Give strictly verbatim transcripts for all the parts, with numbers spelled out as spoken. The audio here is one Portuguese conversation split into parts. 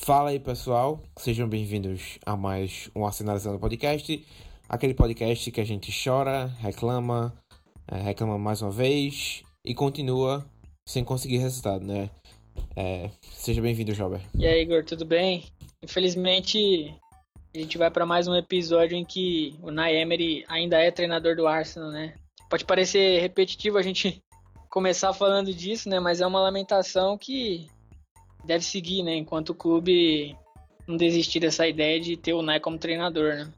Fala aí, pessoal, sejam bem-vindos a mais um Arsenalizando Podcast, aquele podcast que a gente chora, reclama, é, reclama mais uma vez e continua sem conseguir resultado, né? É, seja bem-vindo, Jober. E aí, Igor, tudo bem? Infelizmente, a gente vai para mais um episódio em que o Unai Emery ainda é treinador do Arsenal, né? Pode parecer repetitivo a gente começar falando disso, né? Mas é uma lamentação que deve seguir, né? Enquanto o clube não desistir dessa ideia de ter o Unai como treinador, né?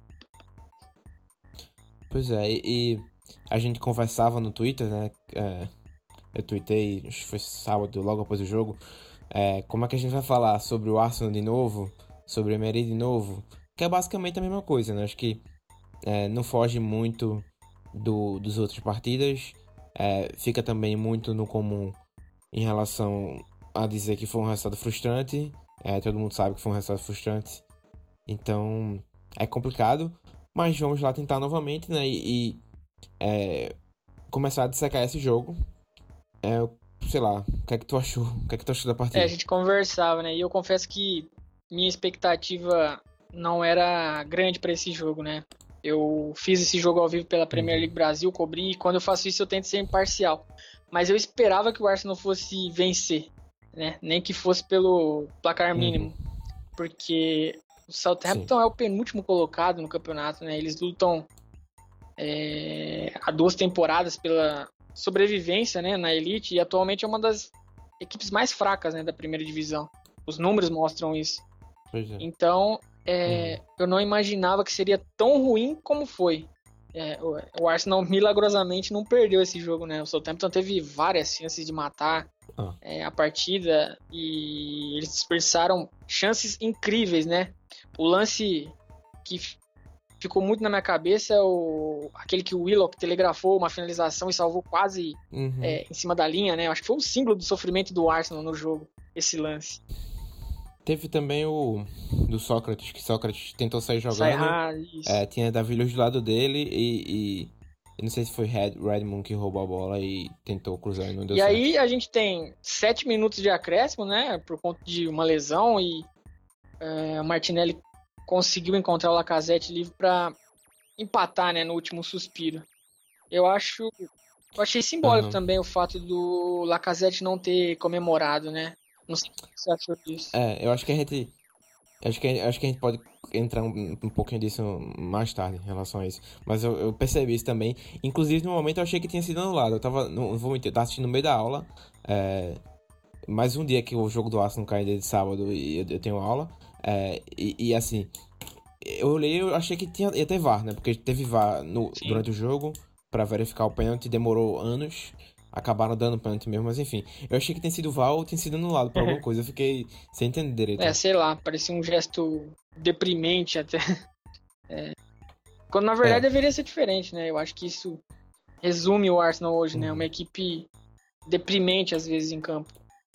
Pois é, e, e a gente conversava no Twitter, né? É, eu tuitei, acho que foi sábado, logo após o jogo, é, como é que a gente vai falar sobre o Arsenal de novo, sobre o Emery de novo, que é basicamente a mesma coisa, né? Acho que é, não foge muito do, dos outras partidas, é, fica também muito no comum em relação a dizer que foi um resultado frustrante, é, todo mundo sabe que foi um resultado frustrante, então é complicado, mas vamos lá tentar novamente, né, e, e é, começar a dissecar esse jogo. É, sei lá, o que é que tu achou? O que é que tu achou da É, a partida? gente conversava, né? E eu confesso que minha expectativa não era grande para esse jogo, né? Eu fiz esse jogo ao vivo pela Premier Uhum. League Brasil, cobri, e quando eu faço isso eu tento ser imparcial. Mas eu esperava que o Arsenal fosse vencer, né? Nem que fosse pelo placar Uhum. mínimo, porque o Sim. Southampton é o penúltimo colocado no campeonato, né? Eles lutam é, há duas temporadas pela sobrevivência, né, na elite, e atualmente é uma das equipes mais fracas, né, da primeira divisão. Os números mostram isso. Pois é. Então, Uhum. é, eu não imaginava que seria tão ruim como foi. É, o, o Arsenal milagrosamente não perdeu esse jogo, né? O Southampton teve várias chances de matar Ah. é, a partida e eles desperdiçaram chances incríveis, né? O lance que ficou muito na minha cabeça o, aquele que o Willock telegrafou uma finalização e salvou quase Uhum. é, em cima da linha, né? Acho que foi um símbolo do sofrimento do Arsenal no jogo, esse lance. Teve também o do Sócrates, que Sócrates tentou sair Sai jogando, errado, isso. é, tinha Davi Luiz do lado dele e, e eu não sei se foi Red, Redmond que roubou a bola e tentou cruzar e não deu E certo. aí a gente tem sete minutos de acréscimo, né? Por conta de uma lesão e é, o Martinelli conseguiu encontrar o Lacazette livre para empatar, né? No último suspiro. Eu acho, eu achei simbólico Aham. também o fato do Lacazette não ter comemorado, né? Não sei o que você achou disso. É, eu acho que a gente Acho que, acho que a gente pode entrar um, um pouquinho disso mais tarde em relação a isso. Mas eu, eu percebi isso também. Inclusive, no momento eu achei que tinha sido anulado. Eu tava, não vou mentir, eu tava assistindo no meio da aula. É, mais um dia que o jogo do Arsenal cai dia de sábado e eu, eu tenho aula. É, e, e assim, eu olhei eu achei que tinha, ia ter V A R, né? Porque teve V A R no, Sim. durante o jogo pra verificar o pênalti, demorou anos. Acabaram dando pênalti mesmo, mas enfim. Eu achei que tinha sido V A R ou tinha sido anulado por alguma coisa. Eu fiquei sem entender É, direito. sei lá, parecia um gesto deprimente até. Quando na verdade É. deveria ser diferente, né? Eu acho que isso resume o Arsenal hoje, né? Uma Uhum. equipe deprimente às vezes em campo.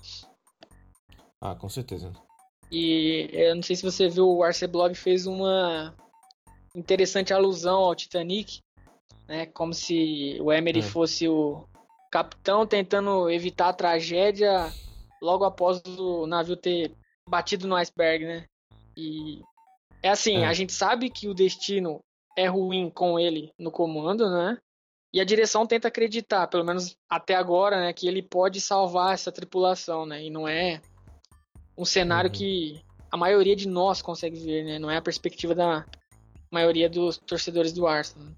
Ah, com certeza. E eu não sei se você viu, o Arceblog fez uma interessante alusão ao Titanic, né? Como se o Emery É. fosse o capitão tentando evitar a tragédia logo após o navio ter batido no iceberg, né? E é assim, a É. gente sabe que o destino é ruim com ele no comando, né? E a direção tenta acreditar, pelo menos até agora, né, que ele pode salvar essa tripulação, né? E não é um cenário Uhum. que a maioria de nós consegue ver, né? Não é a perspectiva da maioria dos torcedores do Arsenal.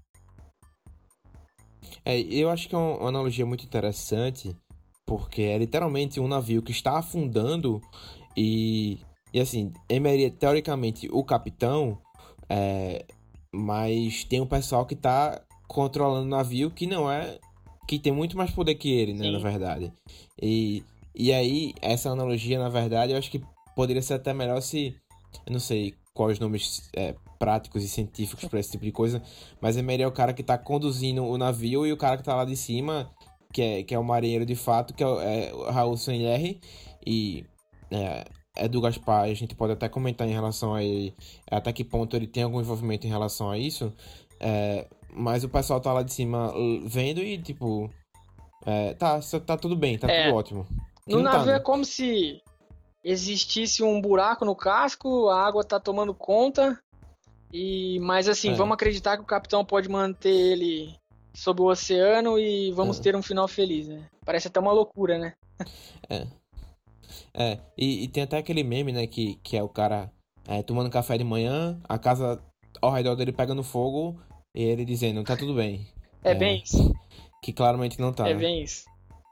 É, eu acho que é uma, uma analogia muito interessante, porque é literalmente um navio que está afundando e, e assim, Emery é teoricamente o capitão, é, mas tem um pessoal que está controlando o navio que não é, que tem muito mais poder que ele, né, na Sim. verdade. E, e aí, essa analogia, na verdade, eu acho que poderia ser até melhor se, eu não sei quais nomes é, práticos e científicos para esse tipo de coisa, mas Emery é o cara que tá conduzindo o navio e o cara que tá lá de cima, que é, que é o marinheiro de fato, que é o, é o Raul Sanllery, e é, é do Gaspar, a gente pode até comentar em relação a ele, até que ponto ele tem algum envolvimento em relação a isso, é, mas o pessoal tá lá de cima vendo e tipo, é, tá, tá tudo bem, tá tudo É, ótimo. Que no não tá, navio é né? como se existisse um buraco no casco, a água tá tomando conta, e mas assim, É. vamos acreditar que o capitão pode manter ele sob o oceano e vamos É. ter um final feliz, né? Parece até uma loucura, né? É. É. E, e tem até aquele meme, né, que, que é o cara é, tomando café de manhã, a casa ao redor dele pegando fogo e ele dizendo, tá tudo bem. É É. bem isso. Que claramente não tá, É né? bem isso.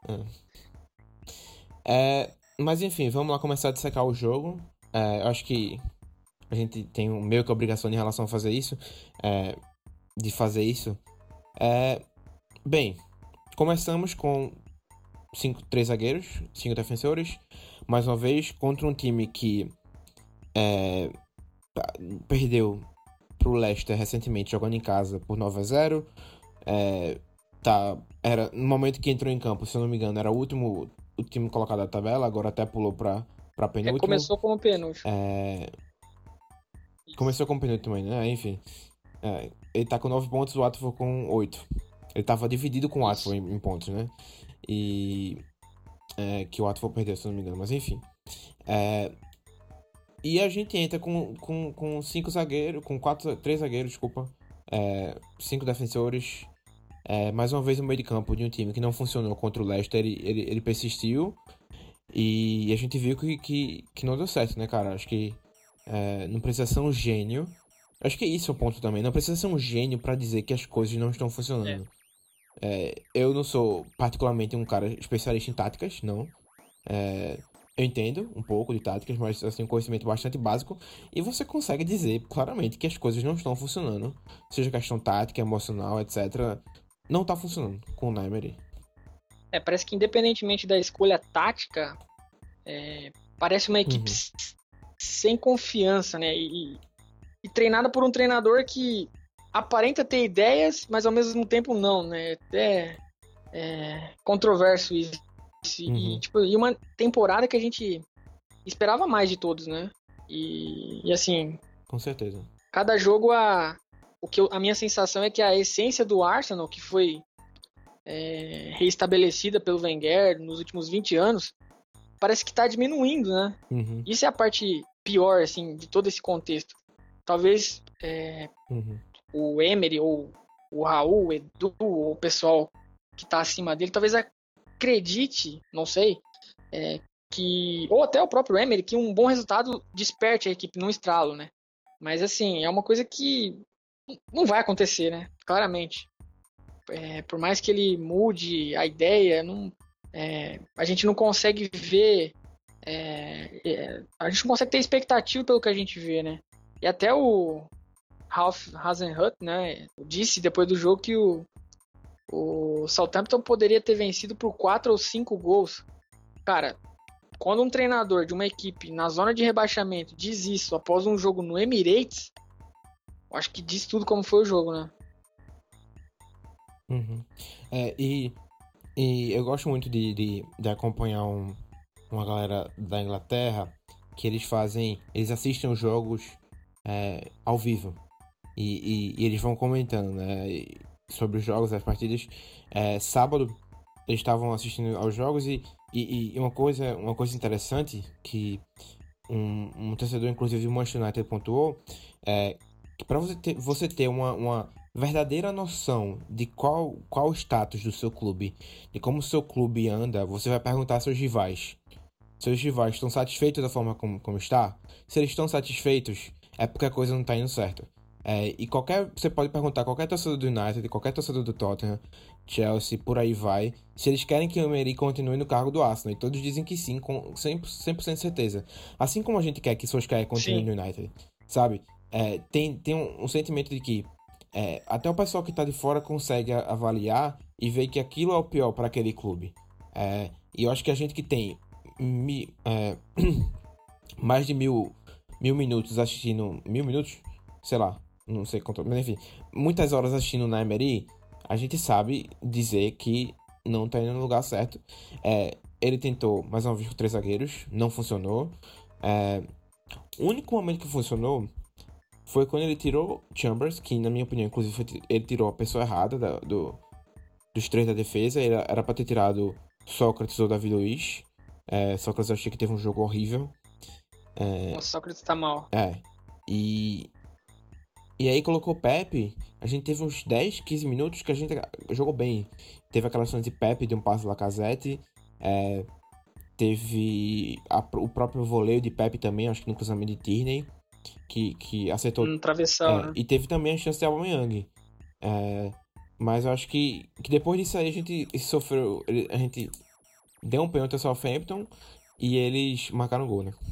É, mas enfim, vamos lá começar a dissecar o jogo. É, eu acho que a gente tem um- meio que obrigação em relação a fazer isso. É, de fazer isso. É, bem, começamos com cinco, três zagueiros, cinco defensores. Mais uma vez, contra um time que é, tá- perdeu pro Leicester recentemente jogando em casa por nove a zero. É, tá, era, no momento que entrou em campo, se eu não me engano, era o último, o time colocado da tabela, agora até pulou pra, pra É, penúltimo. começou como penúltimo. É, Isso. começou com penúltimo ainda, né? Enfim. É, ele tá com nove pontos, o Watford com oito. Ele tava dividido com o Isso. Watford em, em pontos, né? E. É, que o Watford perdeu, se eu não me engano, mas enfim. É, e a gente entra com, com, com cinco zagueiros, com quatro, três zagueiros, desculpa. É, cinco defensores. É, mais uma vez no meio de campo de um time que não funcionou contra o Leicester, ele, ele, ele persistiu. E a gente viu que, que, que não deu certo, né, cara? Acho que é, não precisa ser um gênio. Acho que isso é o ponto também. Não precisa ser um gênio pra dizer que as coisas não estão É. funcionando. É, eu não sou particularmente um cara especialista em táticas, não. É, eu entendo um pouco de táticas, mas assim, um conhecimento bastante básico. E você consegue dizer claramente que as coisas não estão funcionando. Seja questão tática, emocional, etcétera. Não tá funcionando com o Naimery. É, parece que independentemente da escolha tática, é, parece uma equipe Uhum. s- sem confiança, né? E, e treinada por um treinador que aparenta ter ideias, mas ao mesmo tempo não, né? Até é, controverso isso. E, Uhum. tipo, e uma temporada que a gente esperava mais de todos, né? E, e assim, Com certeza. cada jogo a o que eu- a minha sensação é que a essência do Arsenal, que foi é, reestabelecida pelo Wenger nos últimos vinte anos, parece que está diminuindo, né? Uhum. Isso é a parte pior, assim, de todo esse contexto. Talvez é, Uhum. o Emery ou o Raul, o Edu, ou o pessoal que está acima dele, talvez acredite, não sei, é, que ou até o próprio Emery, que um bom resultado desperte a equipe num estralo, né? Mas assim, é uma coisa que não vai acontecer, né? Claramente. É, por mais que ele mude a ideia, não, é, a gente não consegue ver. É, é, a gente não consegue ter expectativa pelo que a gente vê, né? E até o Ralph Hasenhutt, né, disse depois do jogo que o, o Southampton poderia ter vencido por quatro ou cinco gols. Cara, quando um treinador de uma equipe na zona de rebaixamento diz isso após um jogo no Emirates, eu acho que diz tudo como foi o jogo, né? Uhum. É, e, e eu gosto muito de, de, de acompanhar um, uma galera da Inglaterra que eles fazem, eles assistem os jogos é, ao vivo e, e, e eles vão comentando, né, e- sobre os jogos, as partidas. É, sábado eles estavam assistindo aos jogos e, e, e uma coisa, uma coisa interessante que um, um torcedor, inclusive do Manchester United, pontuou é que para você ter, você ter uma, uma verdadeira noção de qual, qual o status do seu clube, de como o seu clube anda, você vai perguntar aos seus rivais. Seus rivais estão satisfeitos da forma como, como está? Se eles estão satisfeitos, é porque a coisa não está indo certo. É, e qualquer, você pode perguntar a qualquer torcedor do United, qualquer torcedor do Tottenham, Chelsea, por aí vai, se eles querem que o Emery continue no cargo do Arsenal. E todos dizem que sim, com cem por cento de certeza. Assim como a gente quer que Solskjaer continue Sim, no United, sabe? É, tem tem um, um sentimento de que é, até o pessoal que está de fora consegue a- avaliar e ver que aquilo é o pior para aquele clube. É, e eu acho que a gente que tem mi- é, mais de mil, mil minutos assistindo. Mil minutos? Sei lá, não sei quanto. Mas enfim, muitas horas assistindo na Emery, a gente sabe dizer que não tá indo no lugar certo. É, ele tentou mais uma vez com três zagueiros, não funcionou. É, o único momento que funcionou foi quando ele tirou Chambers, que na minha opinião, inclusive, foi, ele tirou a pessoa errada da- do, dos três da defesa. Ele era pra ter tirado Sócrates ou Davi Luiz. É, Sócrates eu achei que teve um jogo horrível. O Sócrates tá mal. É. E, e aí colocou o Pepe. A gente teve uns dez, quinze minutos que a gente jogou bem. Teve aquela chance de Pepe, de um passe do Lacazette. É, teve a- o próprio voleio de Pepe também, acho que no cruzamento de Tierney, que, que acertou. No travessão, É, né? e teve também a chance de Aubameyang. É, mas eu acho que, que depois disso aí a gente sofreu. ele- A gente deu um pênalti ao Southampton e eles marcaram gol, né?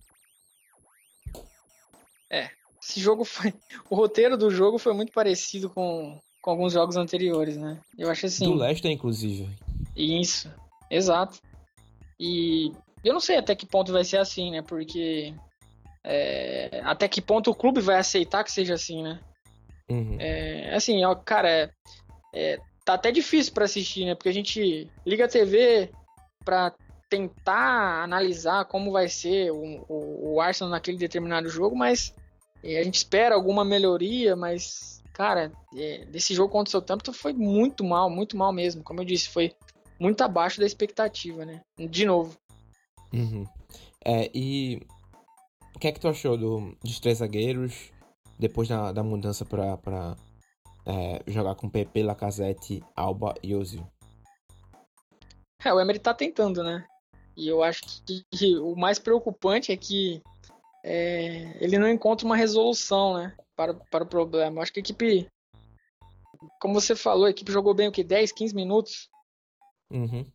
É. Esse jogo foi. O roteiro do jogo foi muito parecido com, com alguns jogos anteriores, né? Eu acho Do assim. Leicester, inclusive. Isso. Exato. E eu não sei até que ponto vai ser assim, né? Porque. é, até que ponto o clube vai aceitar que seja assim, né? Uhum. É, assim, ó, cara, é, é, tá até difícil pra assistir, né? Porque a gente liga a T V pra tentar analisar como vai ser o, o, o Arsenal naquele determinado jogo, mas é, a gente espera alguma melhoria, mas, cara, é, desse jogo contra o Southampton foi muito mal, muito mal mesmo. Como eu disse, foi muito abaixo da expectativa, né? De novo. Uhum. É, e o que é que tu achou do, dos três zagueiros depois da, da mudança pra, pra é, jogar com P P, Lacazette, Alba e Ozil? É, o Emery tá tentando, né? E eu acho que, que o mais preocupante é que é, ele não encontra uma resolução, né? Para, para o problema. Eu acho que a equipe, como você falou, a equipe jogou bem o que? dez, quinze minutos. Uhum.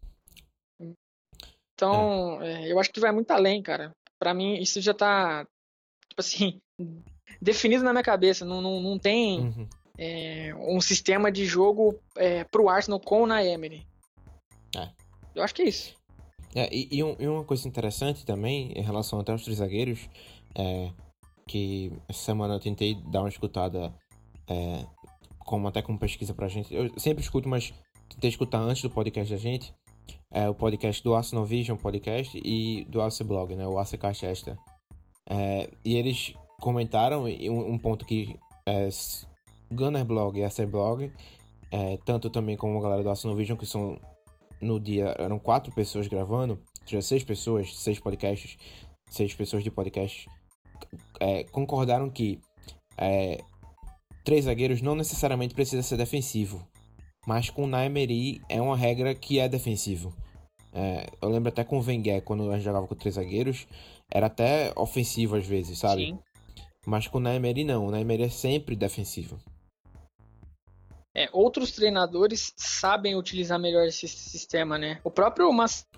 É. Então, é, eu acho que vai muito além, cara. Pra mim, isso já tá, tipo assim, definido na minha cabeça. Não, não, não tem Uhum. é, um sistema de jogo é, pro Arsenal com o Naemery. É. Eu acho que é isso. É, e, e um- e uma coisa interessante também, em relação até aos três zagueiros, é que essa semana eu tentei dar uma escutada, é, como até como pesquisa pra gente. Eu sempre escuto, mas tentei escutar antes do podcast da gente. É o podcast do Arsenal Vision Podcast e do A C Blog, né? O A C Cast Extra. É, e eles comentaram e um, um ponto que é, s- Gunner Blog e A C Blog, é, tanto também como a galera do Arsenal Vision, que são no dia, eram quatro pessoas gravando, ou seja, seis pessoas, seis podcasts, seis pessoas de podcast, é, concordaram que é, três zagueiros não necessariamente precisa ser defensivo, mas com o Naemery é uma regra que é defensivo. É, eu lembro até com o Wenger, quando a gente jogava com três zagueiros, era até ofensivo às vezes, sabe? Sim. Mas com o Naemery não, o Naemery é sempre defensivo. É, outros treinadores sabem utilizar melhor esse sistema, né? O próprio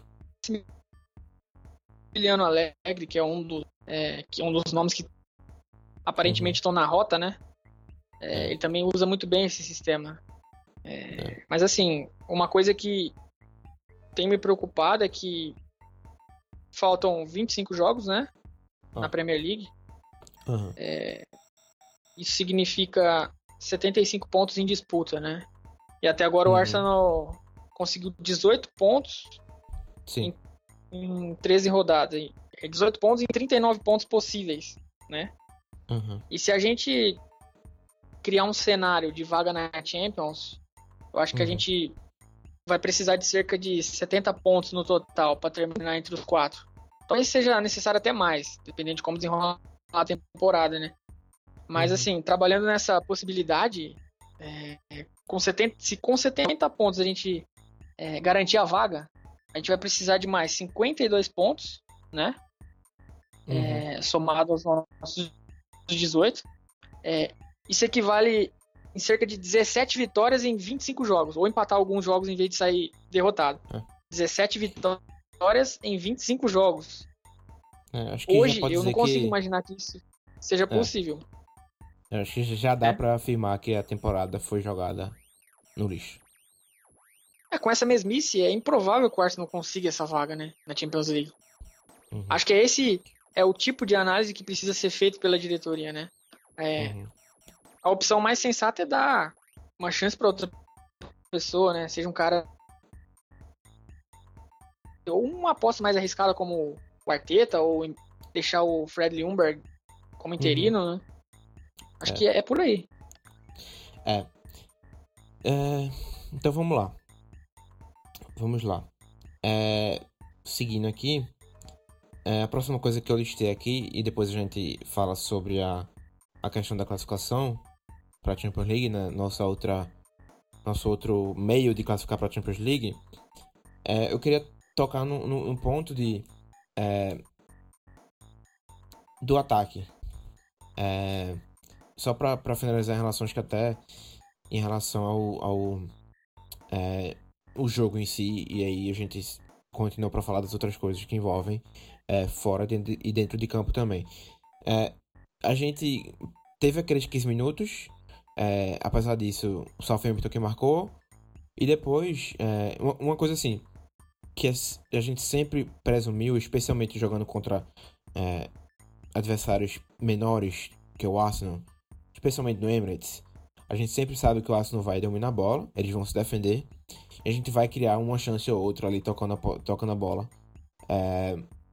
Massimiliano Allegri, que é um, do, é, que é um dos nomes que Uhum. aparentemente estão na rota, né? É, É, ele também usa muito bem esse sistema. é. É, mas assim, uma coisa que tem me preocupado é que faltam vinte e cinco jogos, né? Na Ó, Premier League. aham. Isso significa setenta e cinco pontos em disputa, né? E até agora o Uhum. Arsenal conseguiu dezoito pontos Sim. em, em treze rodadas. É dezoito pontos em trinta e nove pontos possíveis, né? Uhum. E se a gente criar um cenário de vaga na Champions, eu acho que a Uhum. gente vai precisar de cerca de setenta pontos no total para terminar entre os quatro. Talvez seja necessário até mais, dependendo de como desenrolar a temporada, né? Mas Uhum. assim, trabalhando nessa possibilidade, é, com setenta, se com setenta pontos a gente é, garantir a vaga, a gente vai precisar de mais cinquenta e dois pontos, né? Uhum. É, somado aos nossos dezoito. É, isso equivale em cerca de dezessete vitórias em vinte e cinco jogos, ou empatar alguns jogos em vez de sair derrotado. É. dezessete vitórias em vinte e cinco jogos. É, acho que já Hoje pode eu não dizer consigo que. imaginar que isso seja É, possível, acho que já dá né? pra afirmar que a temporada foi jogada no lixo. É, com essa mesmice, é improvável que o Arsenal consiga essa vaga, né, na Champions League. Uhum. Acho que é esse é o tipo de análise que precisa ser feito pela diretoria, né? É, Uhum. a opção mais sensata é dar uma chance para outra pessoa, né? Seja um cara ou uma aposta mais arriscada como o Arteta ou deixar o Fred Ljungberg como Uhum. interino, né? Acho É. que é, é por aí. É. É. Então vamos lá. Vamos lá. É, seguindo aqui. É, a próxima coisa que eu listei aqui, e depois a gente fala sobre a, a questão da classificação para a Champions League, né? Nossa outra, nosso outro meio de classificar para a Champions League. É, eu queria tocar num, num ponto de, é, do ataque. É, só para finalizar em relação, acho que até em relação ao, ao é, o jogo em si, e aí a gente continua para falar das outras coisas que envolvem é, fora de, e dentro de campo também. É, a gente teve aqueles quinze minutos, é, apesar disso, o Southampton que marcou, e depois, é, uma, uma coisa assim, que a gente sempre presumiu, especialmente jogando contra é, adversários menores que o Arsenal, especialmente no Emirates, a gente sempre sabe que o Arsenal vai dominar a bola, eles vão se defender, e a gente vai criar uma chance ou outra ali tocando a, tocando a bola. É,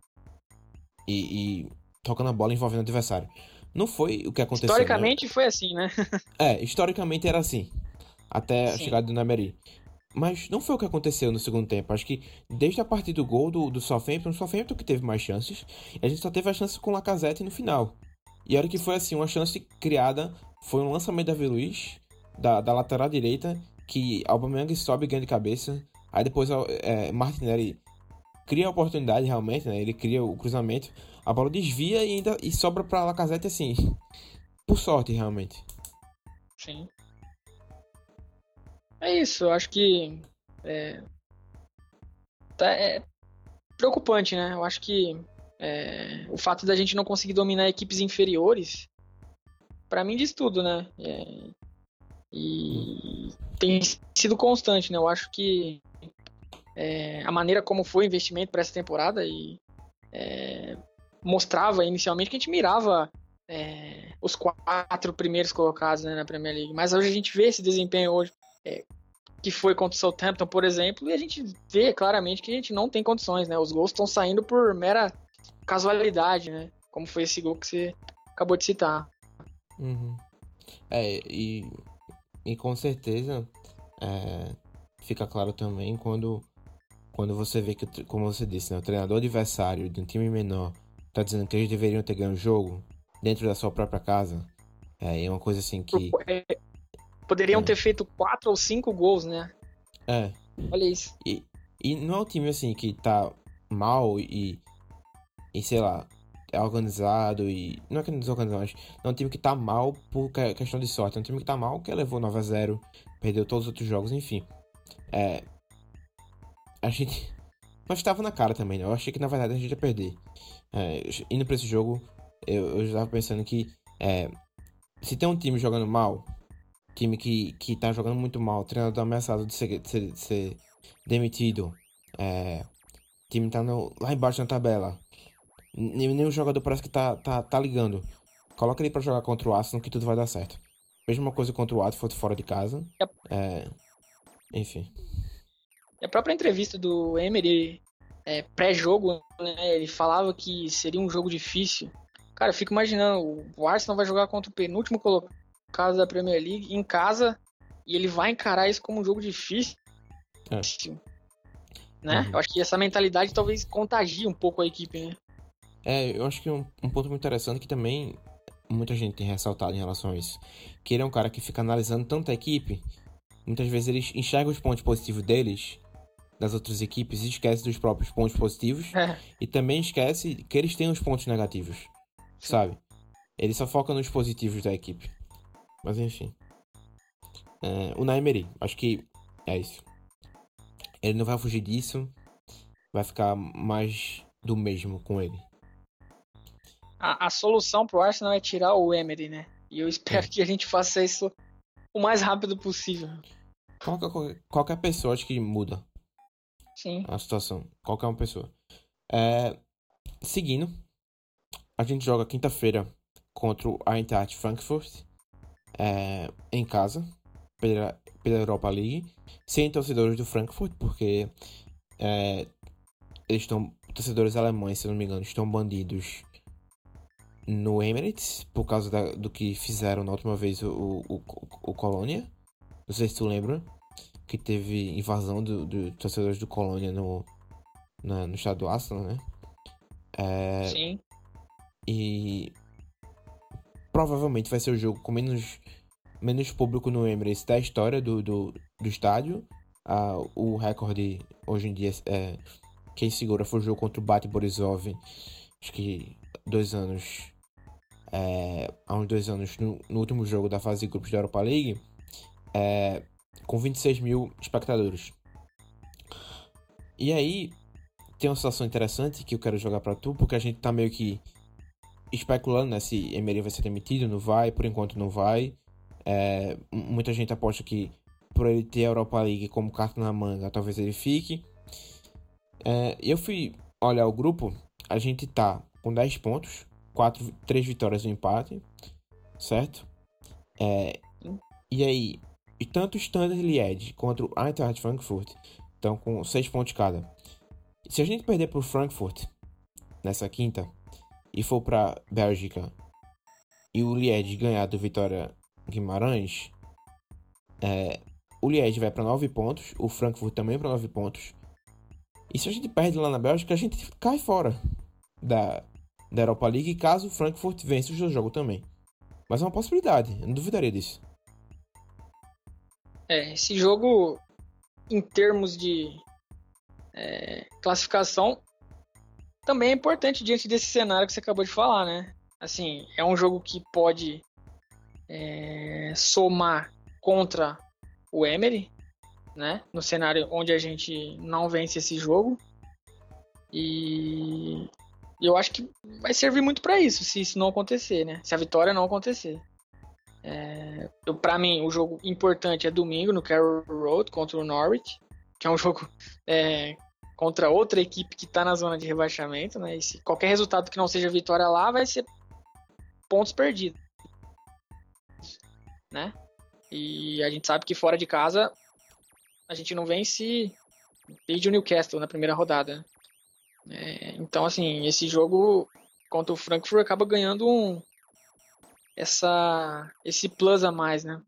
e, e tocando a bola envolvendo o adversário. Não foi o que aconteceu, Historicamente né? foi assim, né? É, historicamente era assim, até a Sim. chegada do Namery. Mas não foi o que aconteceu no segundo tempo. Acho que desde a partir do gol do, do Southampton, o Southampton que teve mais chances, e a gente só teve a chance com o Lacazette no final. E a hora que foi assim, uma chance criada foi um lançamento da Davi Luiz, da, da lateral direita, que Aubameyang sobe e ganha de cabeça. Aí depois é, Martinelli cria a oportunidade realmente, né? Ele cria o cruzamento, a bola desvia e ainda e sobra pra Lacazette assim, por sorte realmente. Sim. É isso, eu acho que é, tá, é preocupante, né? Eu acho que é, o fato da gente não conseguir dominar equipes inferiores, pra mim diz tudo, né? É, e tem sido constante, né? Eu acho que é, a maneira como foi o investimento para essa temporada e é, mostrava inicialmente que a gente mirava é, os quatro primeiros colocados, né, na Premier League. Mas hoje a gente vê esse desempenho hoje, é, que foi contra o Southampton, por exemplo, e a gente vê claramente que a gente não tem condições, né? Os gols estão saindo por mera casualidade, né? Como foi esse gol que você acabou de citar. Uhum. É, e, e com certeza é, fica claro também quando, quando você vê que, como você disse, né, o treinador adversário de um time menor tá dizendo que eles deveriam ter ganho o jogo dentro da sua própria casa. É, é uma coisa assim que. Poderiam É, ter feito quatro ou cinco gols, né? é Olha isso. e, e não é um time assim que tá mal e, e sei lá, é organizado e. Não é que não é desorganizado, mas não é um time que tá mal por questão de sorte. É um time que tá mal que levou nove a zero, perdeu todos os outros jogos, enfim. É. A gente. Mas tava na cara também, né? Eu achei que na verdade a gente ia perder. É, indo pra esse jogo, eu, eu já tava pensando que. É, se tem um time jogando mal, time que, que tá jogando muito mal, o treinador ameaçado de ser, de ser, de ser demitido, é, o time tá no, lá embaixo na tabela. Nem, nem o jogador parece que tá, tá, tá ligando. Coloca ele pra jogar contra o Arsenal que tudo vai dar certo. Mesma coisa contra o Watford fora de casa. E a, É, enfim. e a própria entrevista do Emery é, pré-jogo, né? Ele falava que seria um jogo difícil. Cara, eu fico imaginando, o Arsenal vai jogar contra o penúltimo colocado da Premier League em casa e ele vai encarar isso como um jogo difícil, É. né? Uhum. Eu acho que essa mentalidade talvez contagie um pouco a equipe, né? É, eu acho que um, um ponto muito interessante que também muita gente tem ressaltado em relação a isso. Que ele é um cara que fica analisando tanta equipe. Muitas vezes ele enxerga os pontos positivos deles, das outras equipes, e esquece dos próprios pontos positivos. É, E também esquece que eles têm os pontos negativos, sim. sabe? Ele só foca nos positivos da equipe. Mas enfim. É, o Naimeri, acho que é isso. Ele não vai fugir disso. Vai ficar mais do mesmo com ele. A, a solução pro Arsenal é tirar o Emery, né? E eu espero É. que a gente faça isso o mais rápido possível. Qualquer, qualquer pessoa acho que muda Sim. a situação. Qualquer uma pessoa. É, seguindo, a gente joga quinta-feira contra o Eintracht Frankfurt. É, em casa. Pela, pela Europa League. Sem torcedores do Frankfurt, porque é, eles estão. Torcedores alemães, se não me engano, estão bandidos no Emirates por causa da, do que fizeram na última vez o, o, o, o Colônia. Não sei se tu lembra que teve invasão dos do, do torcedores do Colônia no, na, no estado do Arsenal, né? É, Sim. E provavelmente vai ser o jogo com menos, menos público no Emirates da história do, do, do estádio. Ah, o recorde hoje em dia é quem segura foi o jogo contra o Bate Borisov, acho que dois anos, é, há uns dois anos, no, no último jogo da fase de grupos da Europa League, é, com vinte e seis mil espectadores. E aí, tem uma situação interessante que eu quero jogar pra tu, porque a gente tá meio que especulando, né, se Emery vai ser demitido, não vai, por enquanto não vai. É, muita gente aposta que por ele ter a Europa League como carta na manga, talvez ele fique. É, eu fui olhar o grupo, a gente tá com dez pontos, quatro, três vitórias e um empate, certo? É, e aí, e tanto o Standard Liège contra o Eintracht Frankfurt estão com seis pontos cada. Se a gente perder pro Frankfurt nessa quinta e for pra Bélgica e o Liège ganhar do Vitória Guimarães, é, o Liège vai pra nove pontos, o Frankfurt também pra nove pontos. E se a gente perde lá na Bélgica, a gente cai fora da, da Europa League, caso o Frankfurt vença o seu jogo também. Mas é uma possibilidade, eu não duvidaria disso. É, esse jogo, em termos de é, classificação, também é importante diante desse cenário que você acabou de falar, né? Assim, é um jogo que pode é, somar contra o Emery, né? No cenário onde a gente não vence esse jogo. E eu acho que vai servir muito para isso, se isso não acontecer, né? Se a vitória não acontecer. É, para mim, o jogo importante é domingo no Carroll Road contra o Norwich, que é um jogo é, contra outra equipe que está na zona de rebaixamento, né? E se qualquer resultado que não seja vitória lá vai ser pontos perdidos, né? E a gente sabe que fora de casa a gente não vence desde o Newcastle na primeira rodada. É, então, assim, esse jogo contra o Frankfurt acaba ganhando um, essa, esse plus a mais, né?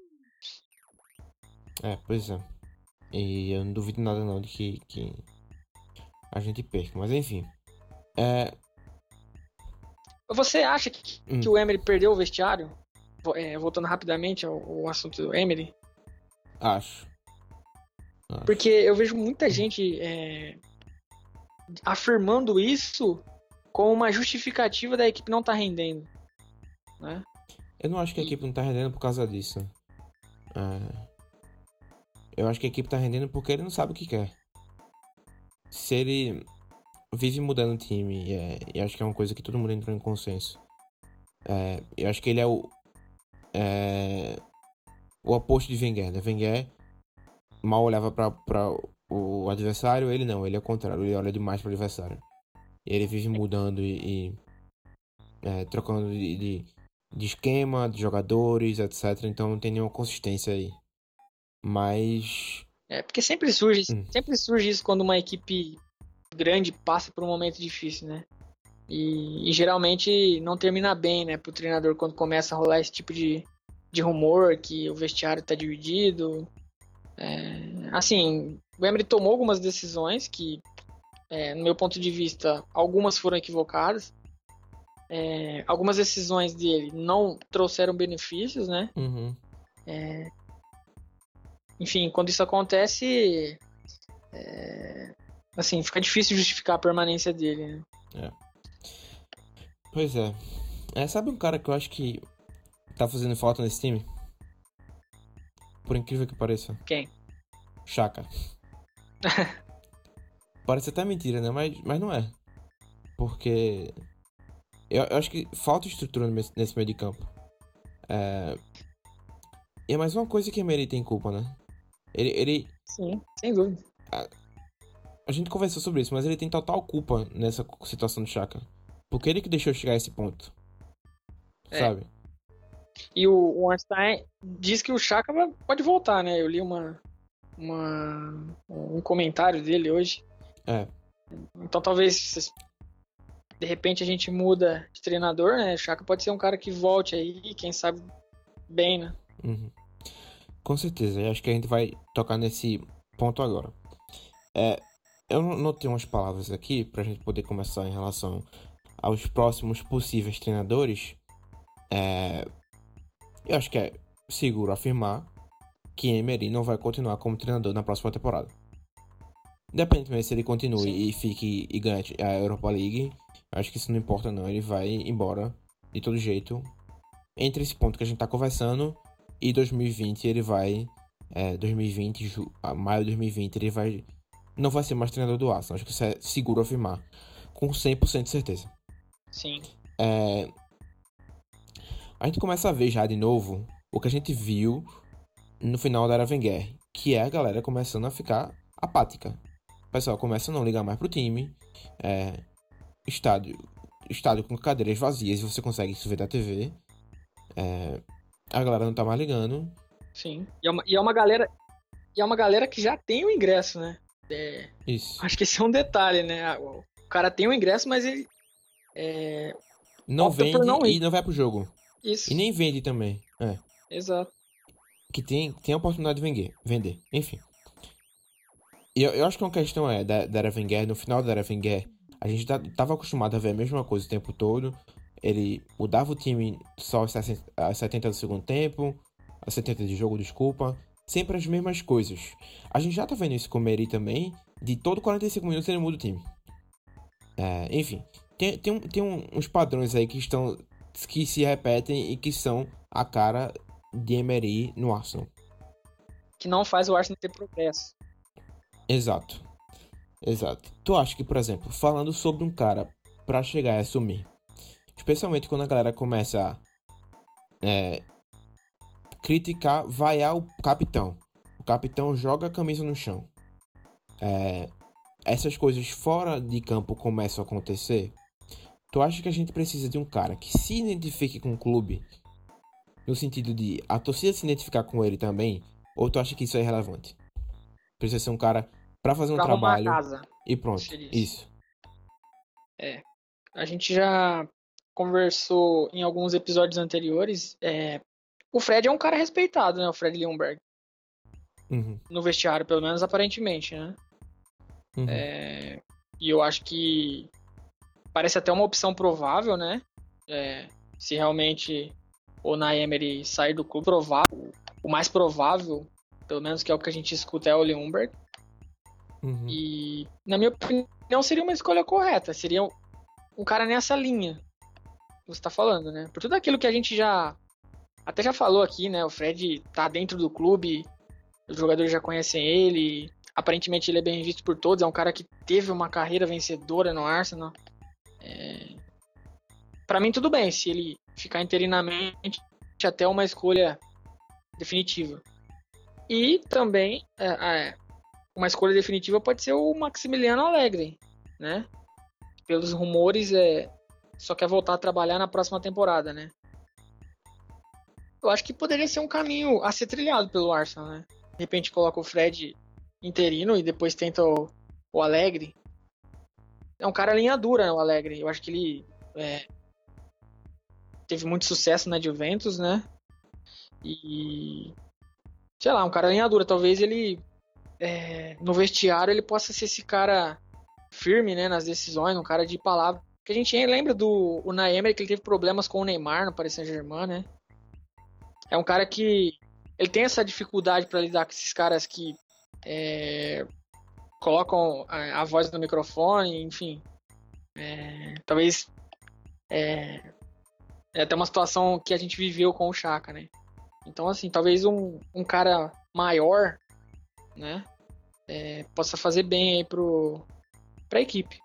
É, pois é. E eu não duvido nada não de que, que a gente perca. Mas enfim. É... Você acha que, Hum. que o Emery perdeu o vestiário? É, voltando rapidamente ao, ao assunto do Emery. Acho. Acho. Porque eu vejo muita gente é, afirmando isso como uma justificativa da equipe não estar tá rendendo, né? Eu não acho que a equipe não tá rendendo por causa disso. É... Eu acho que a equipe tá rendendo porque ele não sabe o que quer. Se ele vive mudando o time, é... e acho que é uma coisa que todo mundo entrou em consenso. É... Eu acho que ele é o... É... o oposto de Wenger, né? Wenger mal olhava pra, pra o adversário, ele não, ele é o contrário, ele olha demais pro adversário. E ele vive mudando e... e é, trocando de, de, de esquema, de jogadores, etcétera. Então não tem nenhuma consistência aí. Mas... É, porque sempre surge, Hum. sempre surge isso quando uma equipe grande passa por um momento difícil, né? E, e geralmente não termina bem, né? Pro treinador quando começa a rolar esse tipo de, de rumor que o vestiário tá dividido. É, assim, o Emery tomou algumas decisões que, é, no meu ponto de vista, algumas foram equivocadas. É, algumas decisões dele não trouxeram benefícios, né? Uhum. É, enfim, quando isso acontece, é, assim, fica difícil justificar a permanência dele, né? É. Pois é. é. Sabe um cara que eu acho que tá fazendo falta nesse time? Por incrível que pareça. Quem? Xhaka. Parece até mentira, né? Mas, mas não é. Porque... Eu, eu acho que falta estrutura nesse meio de campo. É... E é mais uma coisa que a Emery tem culpa, né? Ele... ele... Sim, sem dúvida. A... a gente conversou sobre isso, mas ele tem total culpa nessa situação do Xhaka. Porque ele que deixou chegar a esse ponto. É. Sabe? E o, o Einstein diz que o Xhaka pode voltar, né? Eu li uma, uma, um comentário dele hoje. É. Então talvez, de repente, a gente muda de treinador, né? O Xhaka pode ser um cara que volte aí, quem sabe, bem, né? Uhum. Com certeza. Eu acho que a gente vai tocar nesse ponto agora. É... Eu notei umas palavras aqui pra gente poder começar em relação aos próximos possíveis treinadores, é, eu acho que é seguro afirmar que Emery não vai continuar como treinador na próxima temporada. Independentemente se ele continue Sim. e fique e ganhe a Europa League, eu acho que isso não importa não, ele vai embora de todo jeito. Entre esse ponto que a gente tá conversando e dois mil e vinte ele vai, é, dois mil e vinte, ju, maio de dois mil e vinte ele vai, não vai ser mais treinador do Arsenal, acho que isso é seguro afirmar, com cem por cento de certeza. Sim. É, a gente começa a ver já de novo o que a gente viu no final da era Wenger, que é a galera começando a ficar apática. O pessoal começa a não ligar mais pro time. É, estádio, estádio com cadeiras vazias, você consegue isso ver da T V. É, a galera não tá mais ligando. Sim. E é uma, e é uma galera. E é uma galera que já tem o ingresso, né? É, isso. Acho que esse é um detalhe, né? O cara tem o ingresso, mas ele. É, não vende não e não vai pro jogo. Isso. E nem vende também. É. Exato. Que tem, tem a oportunidade de vender. vender. Enfim. E eu, eu acho que uma questão é da, da era Wenger, no final da era Wenger, a gente tá, tava acostumado a ver a mesma coisa o tempo todo. Ele mudava o time só aos setenta do segundo tempo, aos setenta de jogo, desculpa. Sempre as mesmas coisas. A gente já tá vendo isso com o Emery também, de todo quarenta e cinco minutos ele muda o time. É, enfim, tem, tem, tem uns padrões aí que estão que se repetem e que são a cara de Emery no Arsenal. Que não faz o Arsenal ter progresso. Exato. Exato. Tu acha que, por exemplo, falando sobre um cara pra chegar e assumir, especialmente quando a galera começa a é, criticar, vaiar o capitão. O capitão joga a camisa no chão. É, essas coisas fora de campo começam a acontecer. Tu acha que a gente precisa de um cara que se identifique com o clube, no sentido de a torcida se identificar com ele também? Ou tu acha que isso é irrelevante? Precisa ser um cara pra fazer um pra trabalho arrumar a casa, e pronto. Isso. É. A gente já conversou em alguns episódios anteriores. É, o Fred é um cara respeitado, né? O Fred Ljungberg. Uhum. No vestiário, pelo menos aparentemente, né? Uhum. É, e eu acho que parece até uma opção provável, né? É, se realmente o Unai Emery sair do clube, provável, o mais provável, pelo menos que é o que a gente escuta, é o Ljungberg. Uhum. E, na minha opinião, seria uma escolha correta. Seria um, um cara nessa linha que você tá falando, né? Por tudo aquilo que a gente já até já falou aqui, né? O Fred tá dentro do clube, os jogadores já conhecem ele, aparentemente ele é bem visto por todos, é um cara que teve uma carreira vencedora no Arsenal. É... Para mim, tudo bem se ele ficar interinamente até uma escolha definitiva. E também é, é, uma escolha definitiva pode ser o Maximiliano Allegri, né? Pelos rumores, é, só quer voltar a trabalhar na próxima temporada, né? Eu acho que poderia ser um caminho a ser trilhado pelo Arsenal, né? De repente coloca o Fred interino e depois tenta o, o Allegri. É um cara linha dura, né, o Allegri. Eu acho que ele é, teve muito sucesso na Juventus, né? E sei lá, um cara linha dura. Talvez ele é, no vestiário ele possa ser esse cara firme, né, nas decisões, um cara de palavra. Porque a gente lembra do Unai Emery que ele teve problemas com o Neymar no Paris Saint-Germain, né? É um cara que ele tem essa dificuldade para lidar com esses caras que é, colocam a, a voz no microfone, enfim. É, talvez é, é até uma situação que a gente viveu com o Xhaka, né? Então, assim, talvez um, um cara maior, né, é, possa fazer bem aí pro, pra equipe.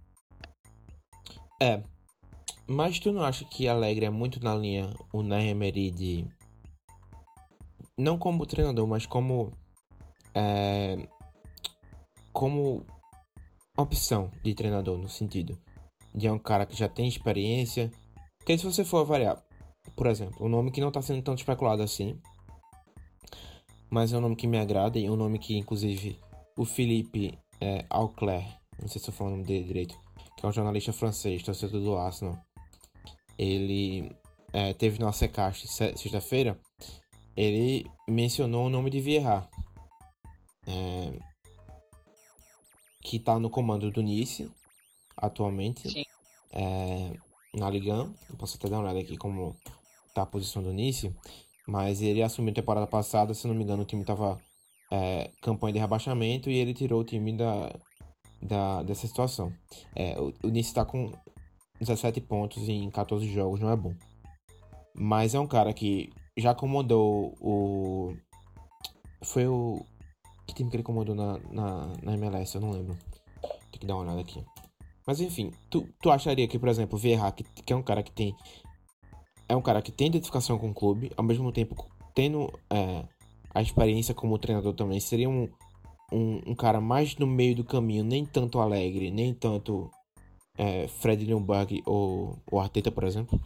É, mas tu não acha que Allegri é muito na linha o Unai Emery de... Não como treinador, mas como... É, como opção de treinador, no sentido de um cara que já tem experiência. Porque se você for avaliar, por exemplo, um nome que não tá sendo tão especulado assim, mas é um nome que me agrada e um nome que, inclusive, o Philippe é, Auclair, não sei se eu falo o nome dele direito, que é um jornalista francês, torcedor do Arsenal, ele é, teve no Acecast sexta-feira, ele mencionou o nome de Vieira, é, que tá no comando do Nice atualmente. Sim. é, na Ligue um. Eu posso até dar uma olhada aqui como tá a posição do Nice. Mas ele assumiu a temporada passada, se não me engano, o time tava é, campanha de rebaixamento e ele tirou o time da, da, dessa situação. É, o, o Nice tá com dezessete pontos em quatorze jogos, não é bom. Mas é um cara que já comandou o... Foi o... Que time que ele comandou na, na, na M L S? Eu não lembro. Tem que dar uma olhada aqui. Mas enfim, tu, tu acharia que, por exemplo, o Vieira, que, que é um cara que tem... É um cara que tem identificação com o clube, ao mesmo tempo tendo é, a experiência como treinador também, seria um, um, um cara mais no meio do caminho, nem tanto Alegre, nem tanto é, Fred Ljungberg ou o Arteta, por exemplo?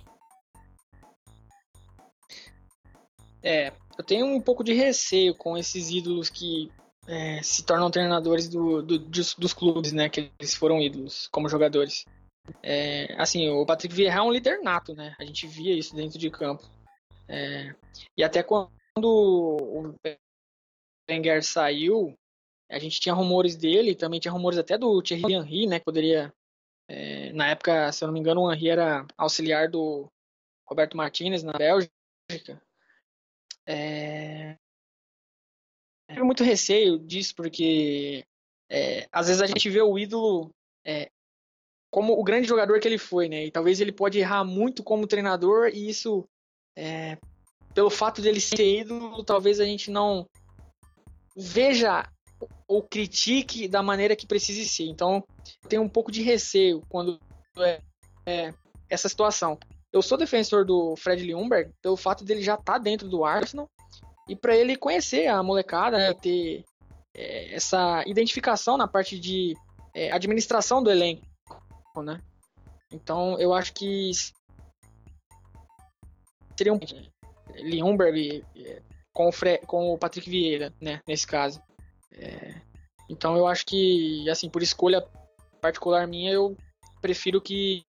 É, eu tenho um pouco de receio com esses ídolos que é, se tornam treinadores do, do, dos, dos clubes, né? Que eles foram ídolos como jogadores. É, assim, o Patrick Vieira é um líder nato, né? A gente via isso dentro de campo. É, e até quando o Wenger saiu, a gente tinha rumores dele, também tinha rumores até do Thierry Henry, né? Que poderia, é, na época, se eu não me engano, o Henry era auxiliar do Roberto Martinez na Bélgica. É, eu tive muito receio disso, porque é, às vezes a gente vê o ídolo é, como o grande jogador que ele foi, né? E talvez ele pode errar muito como treinador, e isso, é, pelo fato dele ser ídolo, talvez a gente não veja ou critique da maneira que precise ser. Então, eu tenho um pouco de receio quando é, é essa situação. Eu sou defensor do Fred Ljungberg pelo fato dele já estar tá dentro do Arsenal e para ele conhecer a molecada, né, ter é, essa identificação na parte de é, administração do elenco, né? Então, eu acho que seria um Ljungberg com o, Fre- com o Patrick Vieira, né, nesse caso. É, então, eu acho que, assim, por escolha particular minha, eu prefiro que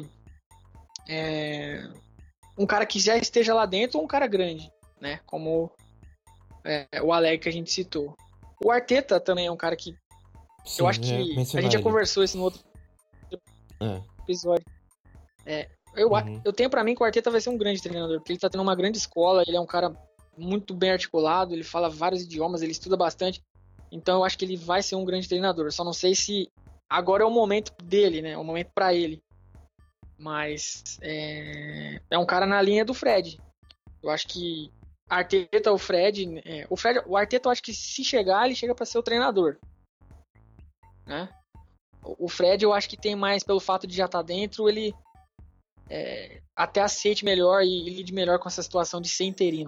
é, um cara que já esteja lá dentro ou um cara grande, né? Como é, o Alegre que a gente citou. O Arteta também é um cara que Sim, eu acho eu ia que a gente mencionar já ele. conversou isso no outro É. episódio. É, eu, Uhum. eu tenho pra mim que o Arteta vai ser um grande treinador, porque ele tá tendo uma grande escola, ele é um cara muito bem articulado, ele fala vários idiomas, ele estuda bastante. Então eu acho que ele vai ser um grande treinador. Só não sei se agora é o momento dele, né? É o momento pra ele. Mas é, é um cara na linha do Fred. Eu acho que Arteta, o Fred, é, o Fred, o Arteta, eu acho que se chegar, ele chega para ser o treinador, né? O Fred, eu acho que tem mais pelo fato de já estar tá dentro, ele é, até aceite melhor e lide melhor com essa situação de ser interino.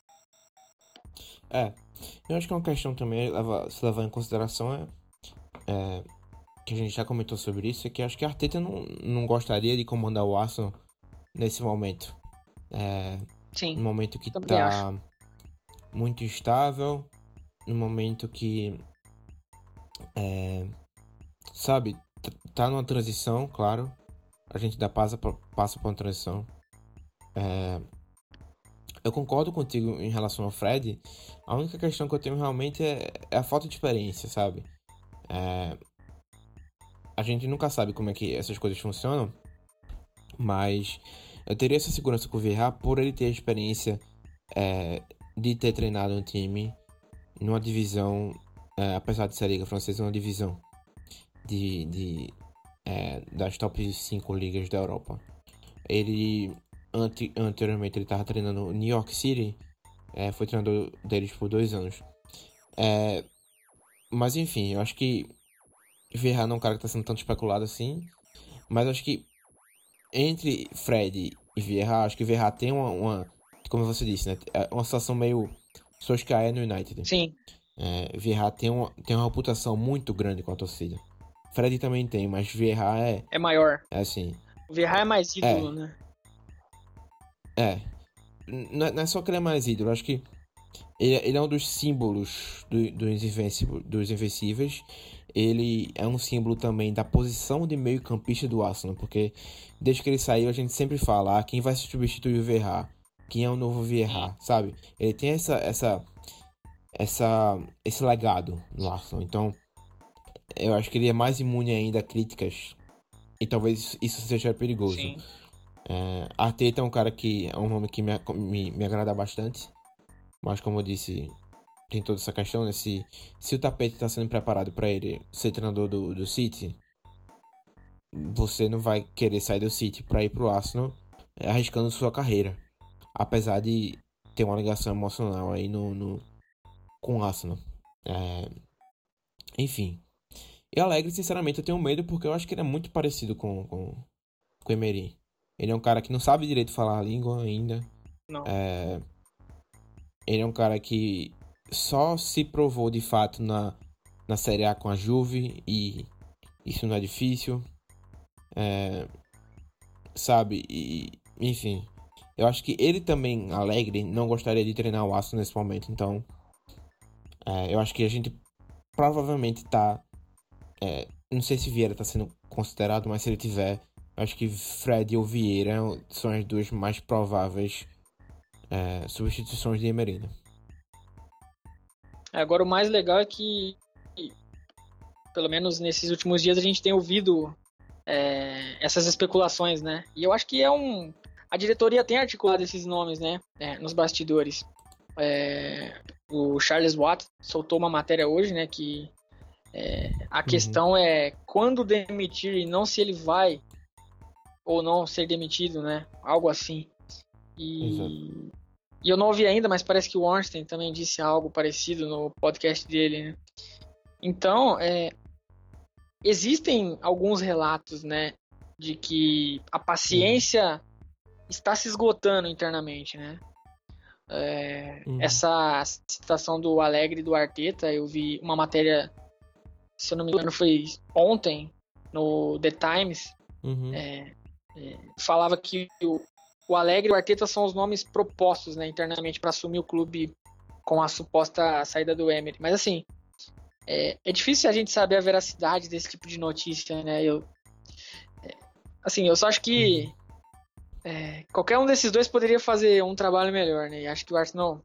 É, eu acho que é uma questão também leva, se levar em consideração é, é que a gente já comentou sobre isso, é que acho que a Arteta não, não gostaria de comandar o Arsenal nesse momento. É, Sim, um momento que também acho. tá muito instável, um momento que, é, sabe, tá numa transição, claro. A gente dá passa por, passa por uma transição. É, eu concordo contigo em relação ao Fred. A única questão que eu tenho realmente é, é a falta de experiência, sabe? É, a gente nunca sabe como é que essas coisas funcionam, mas eu teria essa segurança com o Vieira por ele ter a experiência é, de ter treinado um time numa divisão, é, apesar de ser a Liga Francesa, uma divisão de, de, é, das top cinco ligas da Europa. Ele, ante, anteriormente, ele estava treinando o New York City, é, foi treinador deles por dois anos. É, mas enfim, eu acho que Vieira não é um cara que está sendo tanto especulado assim, mas acho que entre Fred e Vieira, acho que Vieira tem uma, uma, como você disse, né, é uma situação meio Solskjaer no United. Sim, É, Vieira tem uma, tem uma reputação muito grande com a torcida. Fred também tem, mas Vieira é, é maior. é assim, O Vieira é mais é, ídolo, né? é. Não é, não é só que ele é mais ídolo, acho que ele, ele é um dos símbolos do, dos, invencíveis, dos Invencíveis. Ele é um símbolo também da posição de meio campista do Arsenal, porque desde que ele saiu a gente sempre fala, ah, quem vai substituir o Vieira? Quem é o novo Sim. Vieira, sabe? Ele tem essa, essa, essa, esse legado no Arsenal, então eu acho que ele é mais imune ainda a críticas e talvez isso seja perigoso. Sim. É, Arteta é um cara que é um nome que me, me, me agrada bastante, mas como eu disse, tem toda essa questão, né? Se, se o tapete está sendo preparado para ele ser treinador do, do City, você não vai querer sair do City para ir pro Arsenal, é, arriscando sua carreira, apesar de ter uma ligação emocional aí no, no com o Arsenal. É, enfim. E Alegre, sinceramente, eu tenho medo porque eu acho que ele é muito parecido com, com, com o Emery. Ele é um cara que não sabe direito falar a língua ainda. Não. É, ele é um cara que só se provou de fato na, na Série A com a Juve e isso não é difícil. É, sabe? E, enfim. Eu acho que ele também, Alegre, não gostaria de treinar o Arsenal nesse momento. Então, é, eu acho que a gente provavelmente tá... É, não sei se Vieira tá sendo considerado, mas se ele tiver, eu acho que Fred ou Vieira são as duas mais prováveis é, substituições de Emery. Agora o mais legal é que, pelo menos nesses últimos dias, a gente tem ouvido é, essas especulações, né? E eu acho que é um... A diretoria tem articulado esses nomes, né? É, nos bastidores. É, o Charles Watt soltou uma matéria hoje, né? Que é, a Uhum. questão é quando demitir e não se ele vai ou não ser demitido, né? Algo assim. E, e eu não ouvi ainda, mas parece que o Ornstein também disse algo parecido no podcast dele, né? Então, é, existem alguns relatos, né, de que a paciência uhum. está se esgotando internamente, né? É, uhum. Essa citação do Alegre e do Arteta, eu vi uma matéria, se eu não me engano, foi ontem no The Times, uhum. é, é, falava que o, o Alegre e o Arteta são os nomes propostos, né, internamente para assumir o clube com a suposta saída do Emery. Mas assim, É, é difícil a gente saber a veracidade desse tipo de notícia, né? Eu, é, assim, eu só acho que é, qualquer um desses dois poderia fazer um trabalho melhor, né? E acho que o Arsenal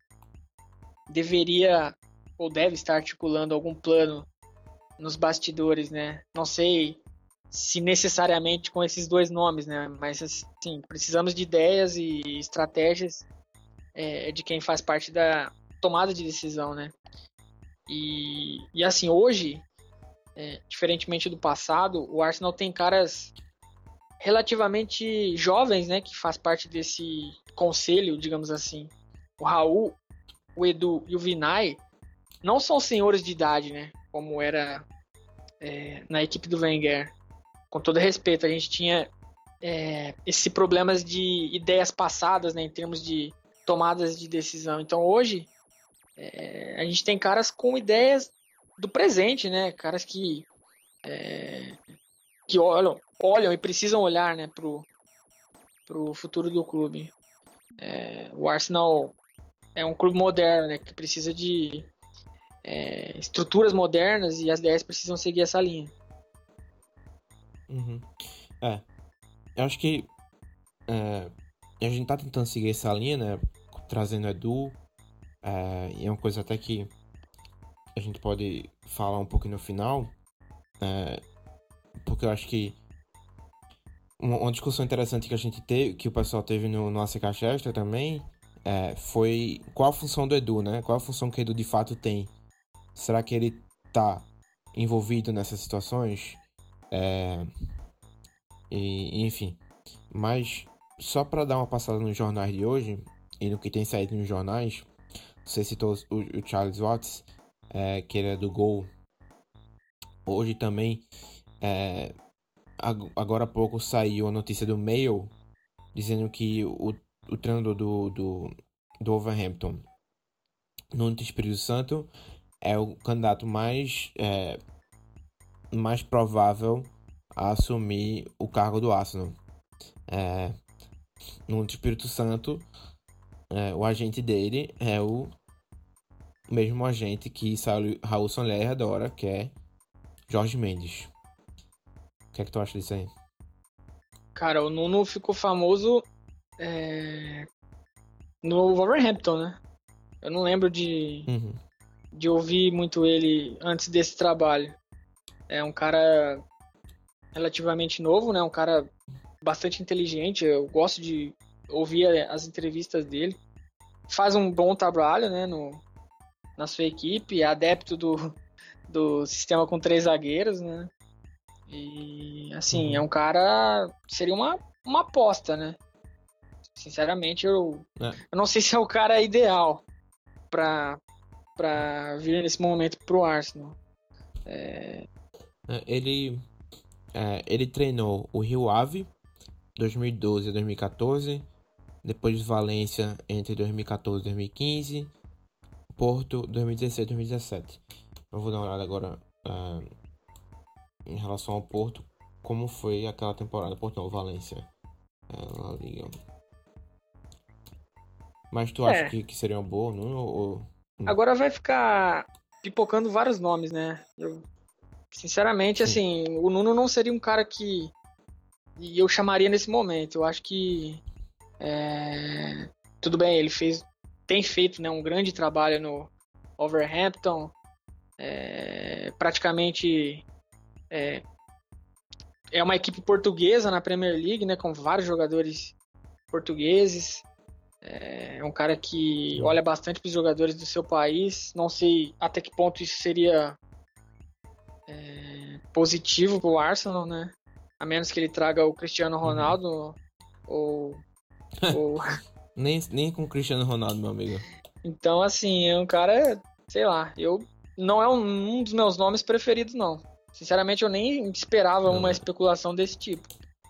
deveria ou deve estar articulando algum plano nos bastidores, né? Não sei se necessariamente com esses dois nomes, né? Mas, assim, precisamos de ideias e estratégias é, de quem faz parte da tomada de decisão, né? E, e assim, hoje, é, diferentemente do passado, o Arsenal tem caras relativamente jovens, né, que faz parte desse conselho, digamos assim. O Raul, o Edu e o Vinay não são senhores de idade, né, como era é, na equipe do Wenger. Com todo respeito, a gente tinha é, esse problemas de ideias passadas, né, em termos de tomadas de decisão. Então hoje é, a gente tem caras com ideias do presente, né? Caras que é, que olham, olham e precisam olhar, né, pro, pro futuro do clube. É, o Arsenal é um clube moderno, né, que precisa de é, estruturas modernas e as ideias precisam seguir essa linha. Uhum. É, eu acho que é, a gente tá tentando seguir essa linha, né, trazendo Edu, é, e é uma coisa até que a gente pode falar um pouquinho no final, é, porque eu acho que uma, uma discussão interessante que a gente teve, que o pessoal teve no, no A C K Chester também, é, foi qual a função do Edu, né? Qual a função que o Edu de fato tem? Será que ele tá envolvido nessas situações? É, e, enfim, mas só para dar uma passada nos jornais de hoje e no que tem saído nos jornais, você citou o, o Charles Watts, é, que ele é do Gol. Hoje também, é, agora há pouco saiu a notícia do Mail dizendo que o, o treinador do, do, do Wolverhampton, Nuno Espírito Santo, é o candidato mais, é, mais provável a assumir o cargo do Arsenal. É, Nuno Espírito Santo, é, o agente dele é o mesmo agente que Raul Sanllehi adora, que é Jorge Mendes. O que é que tu acha disso aí? Cara, o Nuno ficou famoso é, no Wolverhampton, né? Eu não lembro de, uhum. de ouvir muito ele antes desse trabalho. É um cara relativamente novo, né? Um cara bastante inteligente. Eu gosto de ouvir as entrevistas dele. Faz um bom trabalho, né? No, na sua equipe. É adepto do, do sistema com três zagueiros, né? E, assim, Uhum. é um cara... Seria uma, uma aposta, né? Sinceramente, eu, É, eu não sei se é o cara ideal pra, pra vir nesse momento pro Arsenal. é, ele, é, ele treinou o Rio Ave dois mil e doze a dois mil e quatorze, depois Valência entre dois mil e quatorze e dois mil e quinze, Porto dois mil e dezesseis e dois mil e dezessete. Eu vou dar uma olhada agora é, em relação ao Porto, como foi aquela temporada. Porto não, Valência. É, La Liga. Mas tu acha É, que, que seria uma boa, não? Ou, ou- hum, agora vai ficar pipocando vários nomes, né? Eu, sinceramente, sim. assim, o Nuno não seria um cara que eu chamaria nesse momento. Eu acho que é, tudo bem, ele fez, tem feito, né, um grande trabalho no Wolverhampton, é, praticamente é, é uma equipe portuguesa na Premier League, né, com vários jogadores portugueses. É um cara que Sim. olha bastante para os jogadores do seu país. Não sei até que ponto isso seria positivo para o Arsenal, né? A menos que ele traga o Cristiano Uhum. Ronaldo ou, ou... Nem, nem com o Cristiano Ronaldo, meu amigo. Então, assim, é um cara, sei lá, eu não é um, um dos meus nomes preferidos, não. Sinceramente, eu nem esperava Não, uma né? especulação desse tipo.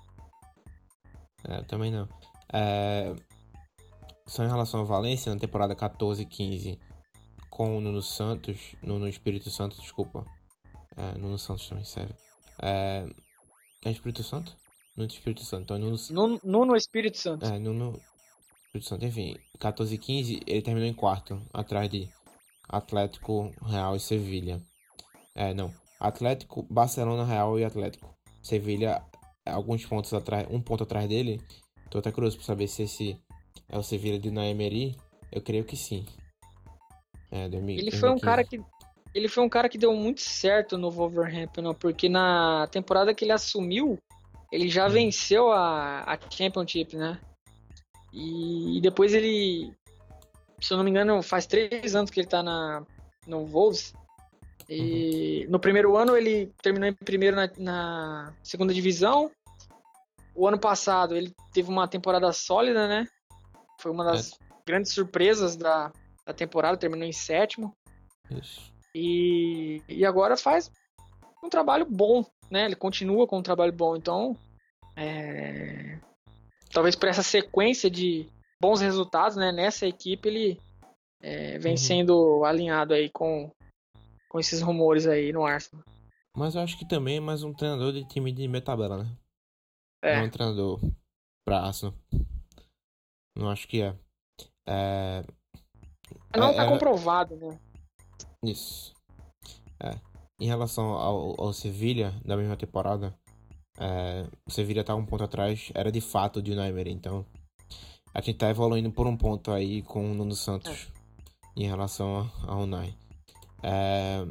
É, também não. É, só em relação ao Valência, na temporada quatorze e quinze, com o Nuno Santos, Nuno Espírito Santo, desculpa. É, Nuno Santos também serve. É, é Espírito Santo? Nuno Espírito Santo. Então, Nuno, Nuno, Nuno Espírito Santo. é, Nuno Espírito Santo, enfim. quatorze e quinze, ele terminou em quarto, atrás de Atlético, Real e Sevilha. É, não. Atlético, Barcelona, Real e Atlético. Sevilha, alguns pontos atrás, um ponto atrás dele. Tô até curioso pra saber se esse é o Sevilha de Unai Emery. Eu creio que sim. É, Ele foi um cara dois mil e quinze. que ele foi um cara que deu muito certo no Wolverhampton, né? Porque na temporada que ele assumiu, ele já Uhum. venceu a, a Championship, né? E, e depois ele, se eu não me engano, faz três anos que ele tá na, no Wolves. Uhum. E no primeiro ano ele terminou em primeiro na, na segunda divisão. O ano passado ele teve uma temporada sólida, né? Foi uma É, das grandes surpresas da, da temporada, terminou em sétimo. isso. E, e agora faz um trabalho bom, né? Ele continua com um trabalho bom. Então, é, talvez por essa sequência de bons resultados, né? Nessa equipe ele é, vem Uhum. sendo alinhado aí com, com esses rumores aí no Arsenal. Mas eu acho que também é mais um treinador de time de meia tabela, né? Não é um É, treinador pra Arsenal. Não acho que é. É, não é- tá era comprovado, né? isso. É. Em relação ao, ao Sevilha, da mesma temporada, é, o Sevilha tá um ponto atrás, era de fato de Unai Emery, então a gente tá evoluindo por um ponto aí com o Nuno É. Santos em relação a- ao Unai. É,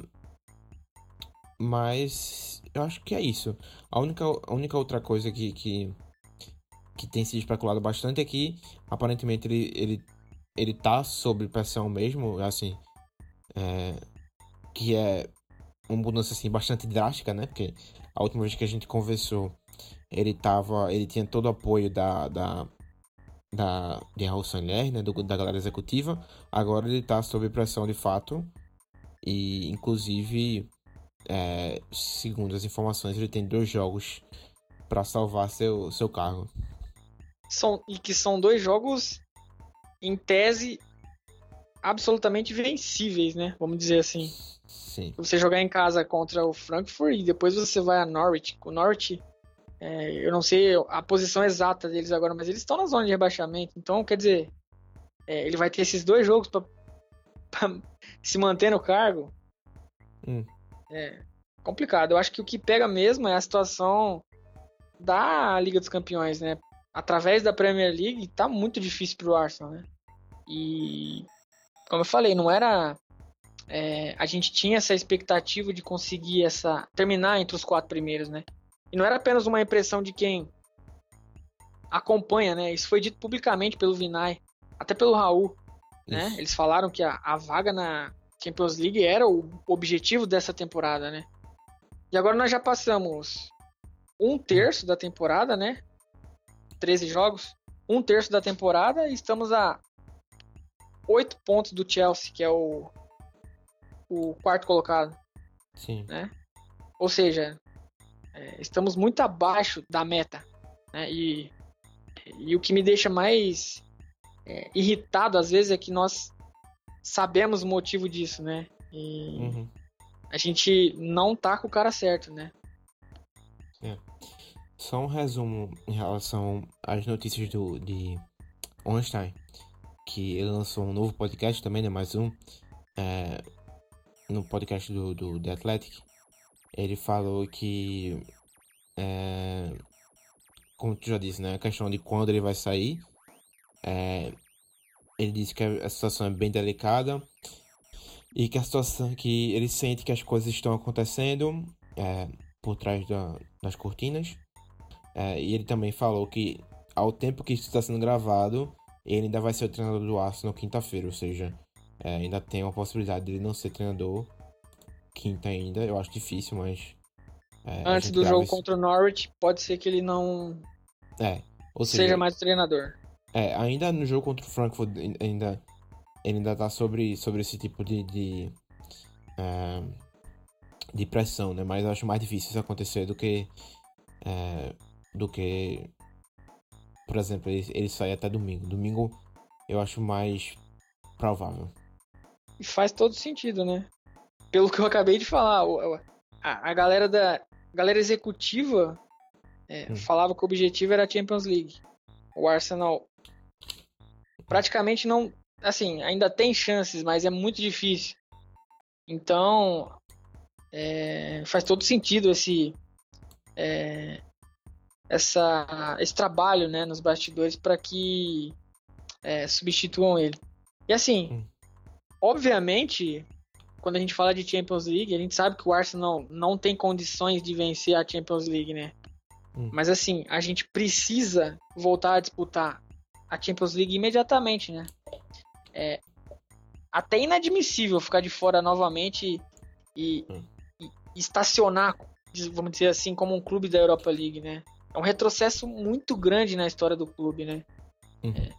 mas eu acho que é isso. A única, a única outra coisa que, que, que tem sido especulado bastante é que aparentemente ele, ele, ele tá sob pressão mesmo, assim, é, que é uma mudança assim bastante drástica, né? Porque a última vez que a gente conversou, ele tava, ele tinha todo o apoio da, da, da de Raul Sanler, né? Do, da galera executiva. Agora ele tá sob pressão de fato e, inclusive, é, segundo as informações, ele tem dois jogos para salvar seu, seu cargo. São, e que são dois jogos, em tese, absolutamente vencíveis, né? Vamos dizer assim. Sim. Você jogar em casa contra o Frankfurt e depois você vai a Norwich. O Norwich, é, eu não sei a posição exata deles agora, mas eles estão na zona de rebaixamento. Então, quer dizer, é, ele vai ter esses dois jogos para se manter no cargo. Hum, É complicado. Eu acho que o que pega mesmo é a situação da Liga dos Campeões, né? Através da Premier League, tá muito difícil pro Arsenal, né? E, como eu falei, não era. É, a gente tinha essa expectativa de conseguir essa terminar entre os quatro primeiros, né? E não era apenas uma impressão de quem acompanha, né? Isso foi dito publicamente pelo Vinay, até pelo Raul, né? Isso. Eles falaram que a, a vaga na Champions League era o objetivo dessa temporada, né? E agora nós já passamos um terço da temporada, né? treze jogos, um terço da temporada e estamos a oito pontos do Chelsea, que é o, o quarto colocado, Sim. né? Ou seja, é, estamos muito abaixo da meta, né? E, e o que me deixa mais é, irritado às vezes é que nós sabemos o motivo disso, né? E Uhum. a gente não tá com o cara certo, né? É. Só um resumo em relação às notícias do, de Ornstein, que ele lançou um novo podcast também, né? Mais um. É, no podcast do, do The Athletic. Ele falou que, é, como tu já disse, né? A questão de quando ele vai sair. É, ele disse que a situação é bem delicada e que a situação que ele sente que as coisas estão acontecendo é, por trás da, das cortinas. É, e ele também falou que ao tempo que isso está sendo gravado, ele ainda vai ser o treinador do Arsenal quinta-feira, ou seja, é, ainda tem uma possibilidade de ele não ser treinador quinta ainda. Eu acho difícil, mas é, a Antes gente do grava jogo isso. contra o Norwich, pode ser que ele não É, ou seja seja, mais o treinador. é, ainda no jogo contra o Frankfurt, ainda, ele ainda tá sobre, sobre esse tipo de, de, é, de pressão, né? Mas eu acho mais difícil isso acontecer do que, é, do que, por exemplo, ele, ele sair até domingo. Domingo eu acho mais provável. E faz todo sentido, né? Pelo que eu acabei de falar, a, a galera da a galera executiva é, Hum. falava que o objetivo era a Champions League. O Arsenal praticamente não, assim, ainda tem chances, mas é muito difícil. Então, é, faz todo sentido esse é, essa, esse trabalho, né, nos bastidores para que é, substituam ele. E assim, Hum. obviamente, quando a gente fala de Champions League, a gente sabe que o Arsenal não tem condições de vencer a Champions League, né? Hum. Mas assim, a gente precisa voltar a disputar a Champions League imediatamente, né? É até inadmissível ficar de fora novamente e, Hum. e, e estacionar, vamos dizer assim, como um clube da Europa League, né? É um retrocesso muito grande na história do clube, né? Uhum. É.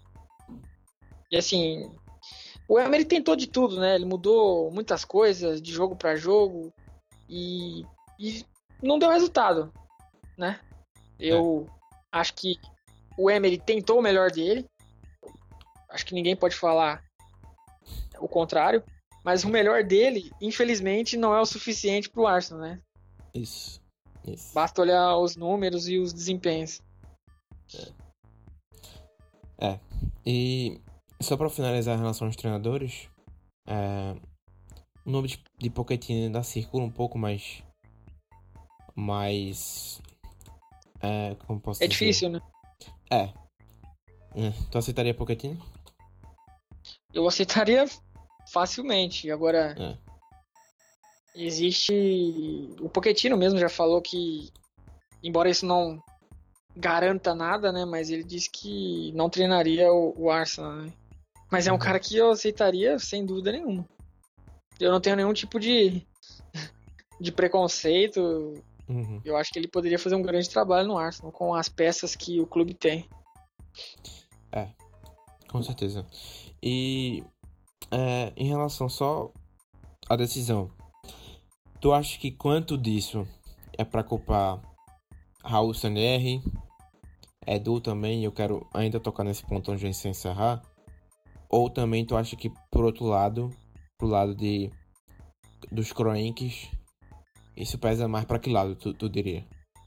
E assim, o Emery tentou de tudo, né? Ele mudou muitas coisas de jogo para jogo e, e não deu resultado, né? Eu é. acho que o Emery tentou o melhor dele. Acho que ninguém pode falar o contrário. Mas o melhor dele, infelizmente, não é o suficiente para o Arsenal, né? Isso. Isso. Basta olhar os números e os desempenhos. É. é. E só para finalizar em relação aos treinadores, é, o nome de, de Pochettino ainda circula um pouco, mas mas é, como posso É dizer? difícil, né? É. é. Tu aceitaria Pochettino? Eu aceitaria facilmente. Agora, É. existe... O Pochettino mesmo já falou que, embora isso não garanta nada, né? Mas ele disse que não treinaria o, o Arsenal, né? Mas é um Uhum. cara que eu aceitaria sem dúvida nenhuma. Eu não tenho nenhum tipo de, de preconceito. Uhum. Eu acho que ele poderia fazer um grande trabalho no Arsenal com as peças que o clube tem. É, com certeza. E é, em relação só à decisão, tu acha que quanto disso é pra culpar Raul Sanllehi, Edu também, eu quero ainda tocar nesse ponto onde a gente se encerrar, ou também tu acha que por outro lado, pro lado de dos Kroenkes, isso pesa mais pra que lado, tu, tu diria?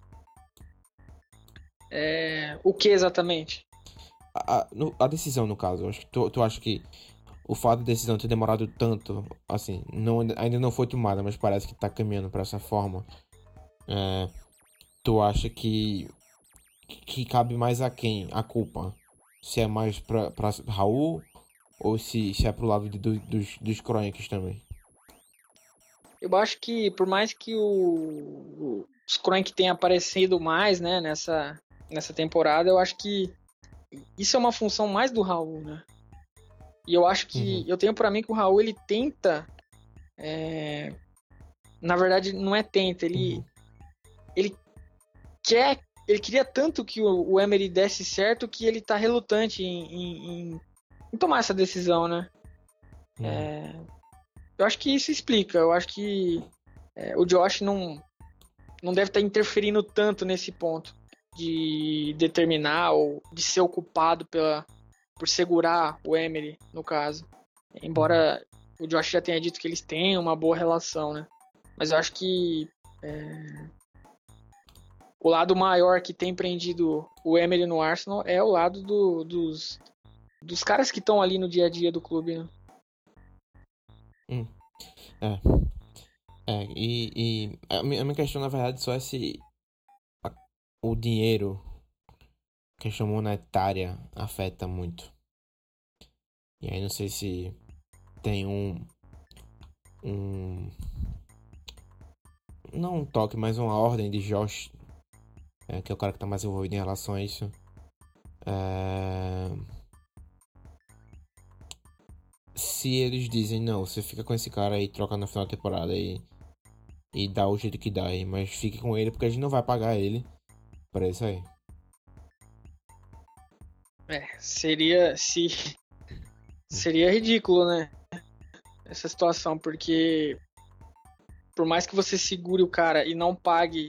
É, o que exatamente? A, a, no, a decisão, no caso, acho que tu, tu acha que o fato da decisão ter demorado tanto, assim, não, ainda não foi tomada, mas parece que tá caminhando pra essa forma, é, tu acha que que cabe mais a quem a culpa? Se é mais pra, pra Raul ou se, se é pro lado de, do, dos, dos Kroenkes também? Eu acho que por mais que o, os Kroenke têm aparecido mais, né, nessa, nessa temporada, eu acho que isso é uma função mais do Raul, né? E eu acho que, Uhum. eu tenho pra mim que o Raul, ele tenta, é, na verdade, não é tenta, ele, Uhum. ele quer, ele queria tanto que o, o Emery desse certo que ele tá relutante em, em, em, em tomar essa decisão, né? Uhum. Eu acho que isso explica, eu acho que é, o Josh não, não deve estar interferindo tanto nesse ponto de determinar ou de ser ocupado pela, por segurar o Emery, no caso. Uhum. Embora o Josh já tenha dito que eles têm uma boa relação, né? Mas eu acho que é, o lado maior que tem prendido o Emery no Arsenal é o lado do, dos, dos caras que estão ali no dia a dia do clube, né? Hum. É. É, e, e a minha a minha questão, na verdade, só é se a- o dinheiro, questão monetária, afeta muito. E aí não sei se tem um, um não um toque, mas uma ordem de Josh, é, que é o cara que tá mais envolvido em relação a isso. É, se eles dizem, não, você fica com esse cara aí, troca no final da temporada e, e dá o jeito que dá aí, mas fique com ele porque a gente não vai pagar ele pra isso aí. É, seria se seria ridículo, né? Essa situação, porque por mais que você segure o cara e não pague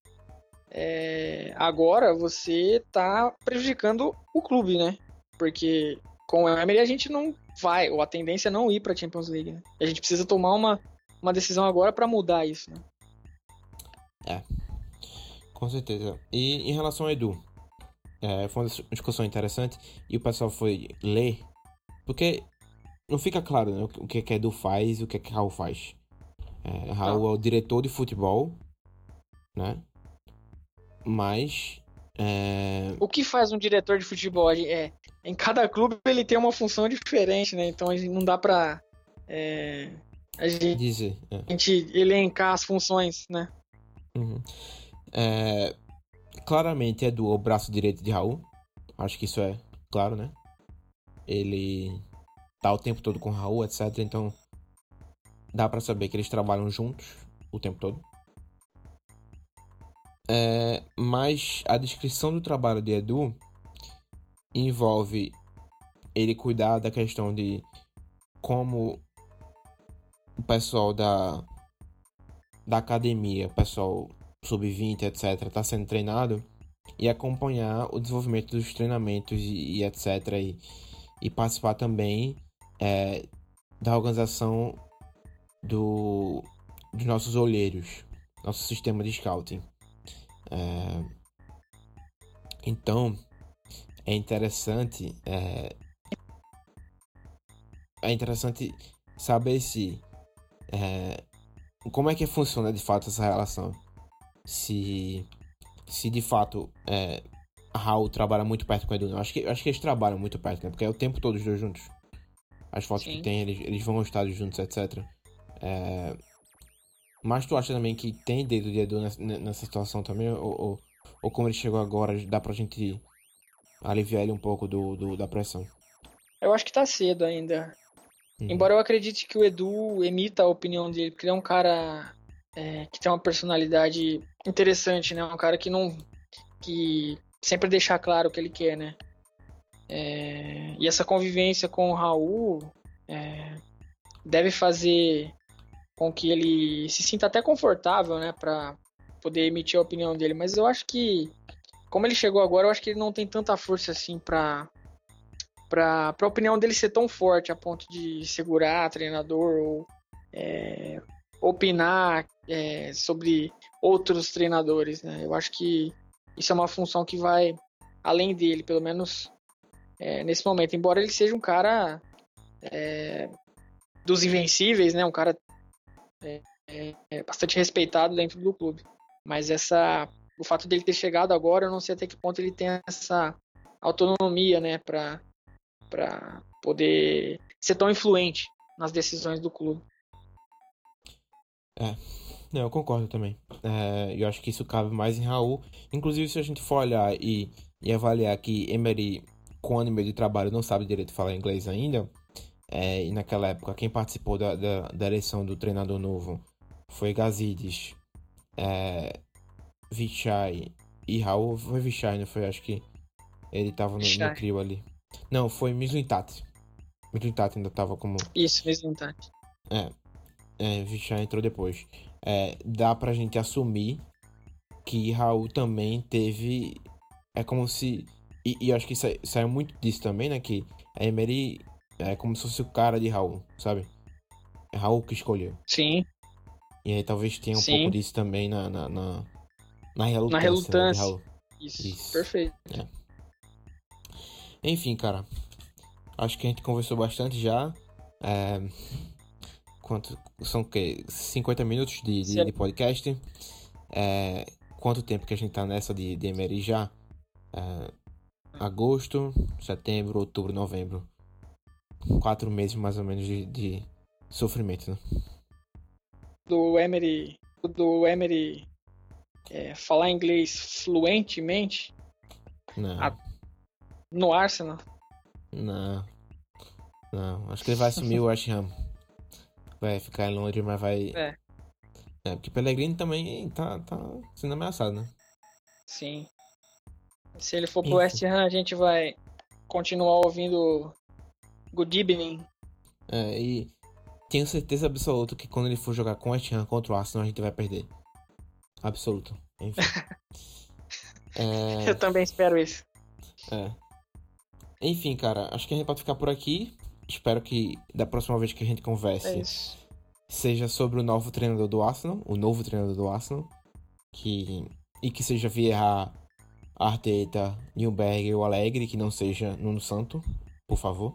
é, agora, você tá prejudicando o clube, né? Porque com o Emery a gente não vai, ou a tendência é não ir pra Champions League, né? A gente precisa tomar uma, uma decisão agora pra mudar isso, né? É, com certeza. E em relação ao Edu, é, foi uma discussão interessante e o pessoal foi ler, porque não fica claro, né, o que é que Edu faz e o que é que Raul faz. É, Não. Raul é o diretor de futebol, né? Mas é, O que faz um diretor de futebol? É, em cada clube ele tem uma função diferente, né? Então a gente não dá pra é, a dizer, é, gente elencar as funções, né? uhum. É, claramente Edu é o braço direito de Raul. Acho que isso é claro, né? Ele tá o tempo todo com Raul, etcétera. Então dá pra saber que eles trabalham juntos o tempo todo. É, mas a descrição do trabalho de Edu envolve ele cuidar da questão de como o pessoal da, da academia, o pessoal sub vinte, etcétera, está sendo treinado e acompanhar o desenvolvimento dos treinamentos e, e etcétera. E, e participar também é, da organização do, dos nossos olheiros, nosso sistema de scouting. É, então, é interessante, é, é interessante saber se é, como é que funciona de fato essa relação. Se, se de fato é, a Raul trabalha muito perto com o Edu. Acho que, acho que eles trabalham muito perto, né? Porque é o tempo todo os dois juntos. As fotos que Sim. tem, eles, eles vão ao estádio juntos, etcétera. É, mas tu acha também que tem dedo de Edu nessa, nessa situação também? Ou, ou, ou como ele chegou agora, dá pra gente aliviar ele um pouco do, do da pressão? Eu acho que tá cedo ainda. Uhum. Embora eu acredite que o Edu emita a opinião dele, porque ele é um cara é, que tem uma personalidade interessante, né? Um cara que não. Que sempre deixa claro o que ele quer, né? É, e essa convivência com o Raul é, deve fazer com que ele se sinta até confortável, né? Pra poder emitir a opinião dele. Mas eu acho que, como ele chegou agora, eu acho que ele não tem tanta força assim pra para a opinião dele ser tão forte a ponto de segurar treinador ou é, opinar é, sobre outros treinadores, né? Eu acho que isso é uma função que vai além dele, pelo menos é, nesse momento. Embora ele seja um cara é, dos invencíveis, né? Um cara é, é, bastante respeitado dentro do clube. Mas essa, o fato dele ter chegado agora, eu não sei até que ponto ele tem essa autonomia, né? Para para poder ser tão influente nas decisões do clube. É, não, eu concordo também. É, eu acho que isso cabe mais em Raul. Inclusive, se a gente for olhar e, e avaliar que Emery, com um ano e meio de trabalho, não sabe direito falar inglês ainda, é, e naquela época, quem participou da, da, da eleição do treinador novo foi Gazidis, é, Vichai e Raul. Foi Vichai, não foi? Acho que ele tava no, no trio ali. Não, foi Mislintat. Mislintat ainda tava como... Isso, Mislintat. É, é, Vichai entrou depois. É, dá pra gente assumir que Raul também teve... É como se... E, e acho que sa, saiu muito disso também, né? Que a Emery é como se fosse o cara de Raul, sabe? É Raul que escolheu. Sim. E aí talvez tenha um Sim. pouco disso também na, na, na, na relutância, na relutância. Né, de Raul. Isso, Isso. Perfeito. É. Enfim, cara. Acho que a gente conversou bastante já. É... Quanto... São o quê? cinquenta minutos de, de, de podcast. É... Quanto tempo que a gente tá nessa de, de Emery já? É... Agosto, setembro, outubro, novembro. Quatro meses mais ou menos de, de sofrimento, né? Do Emery, do Emery é, falar inglês fluentemente Não. A, no Arsenal? Não. Não. Acho que ele vai assumir o West Ham. Vai ficar em Londres, mas vai... É. É, porque Pellegrini também tá, tá sendo ameaçado, né? Sim. Se ele for pro West Ham, a gente vai continuar ouvindo Good Evening. É, e tenho certeza absoluta que quando ele for jogar com o West Ham contra o Arsenal, a gente vai perder. Absoluto. Enfim. é... Eu também espero isso. É. Enfim, cara, acho que a gente pode ficar por aqui. Espero que da próxima vez que a gente converse é seja sobre o novo treinador do Arsenal, o novo treinador do Arsenal, que e que seja Vieira, Arteta, Newberg ou Alegre, que não seja Nuno Santo, por favor.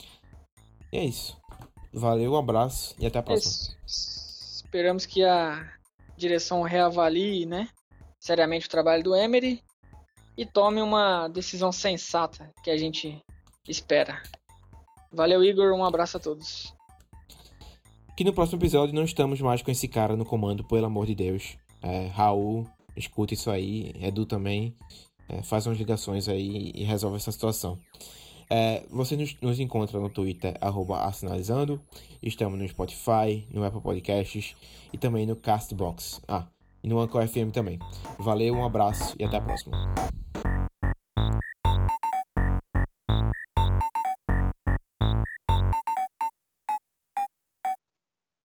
E é isso. Valeu, um abraço e até a próxima. É Esperamos que a direção reavalie, né, seriamente o trabalho do Emery e tome uma decisão sensata que a gente espera. Valeu, Igor. Um abraço a todos. Que no próximo episódio não estamos mais com esse cara no comando, pelo amor de Deus. É, Raul, escuta isso aí. Edu também. É, faz umas ligações aí e resolve essa situação. É, você nos, nos encontra no Twitter, arroba Arsenalizando. Estamos no Spotify, no Apple Podcasts e também no Castbox. Ah, e no Anchor F M também. Valeu, um abraço e até a próxima.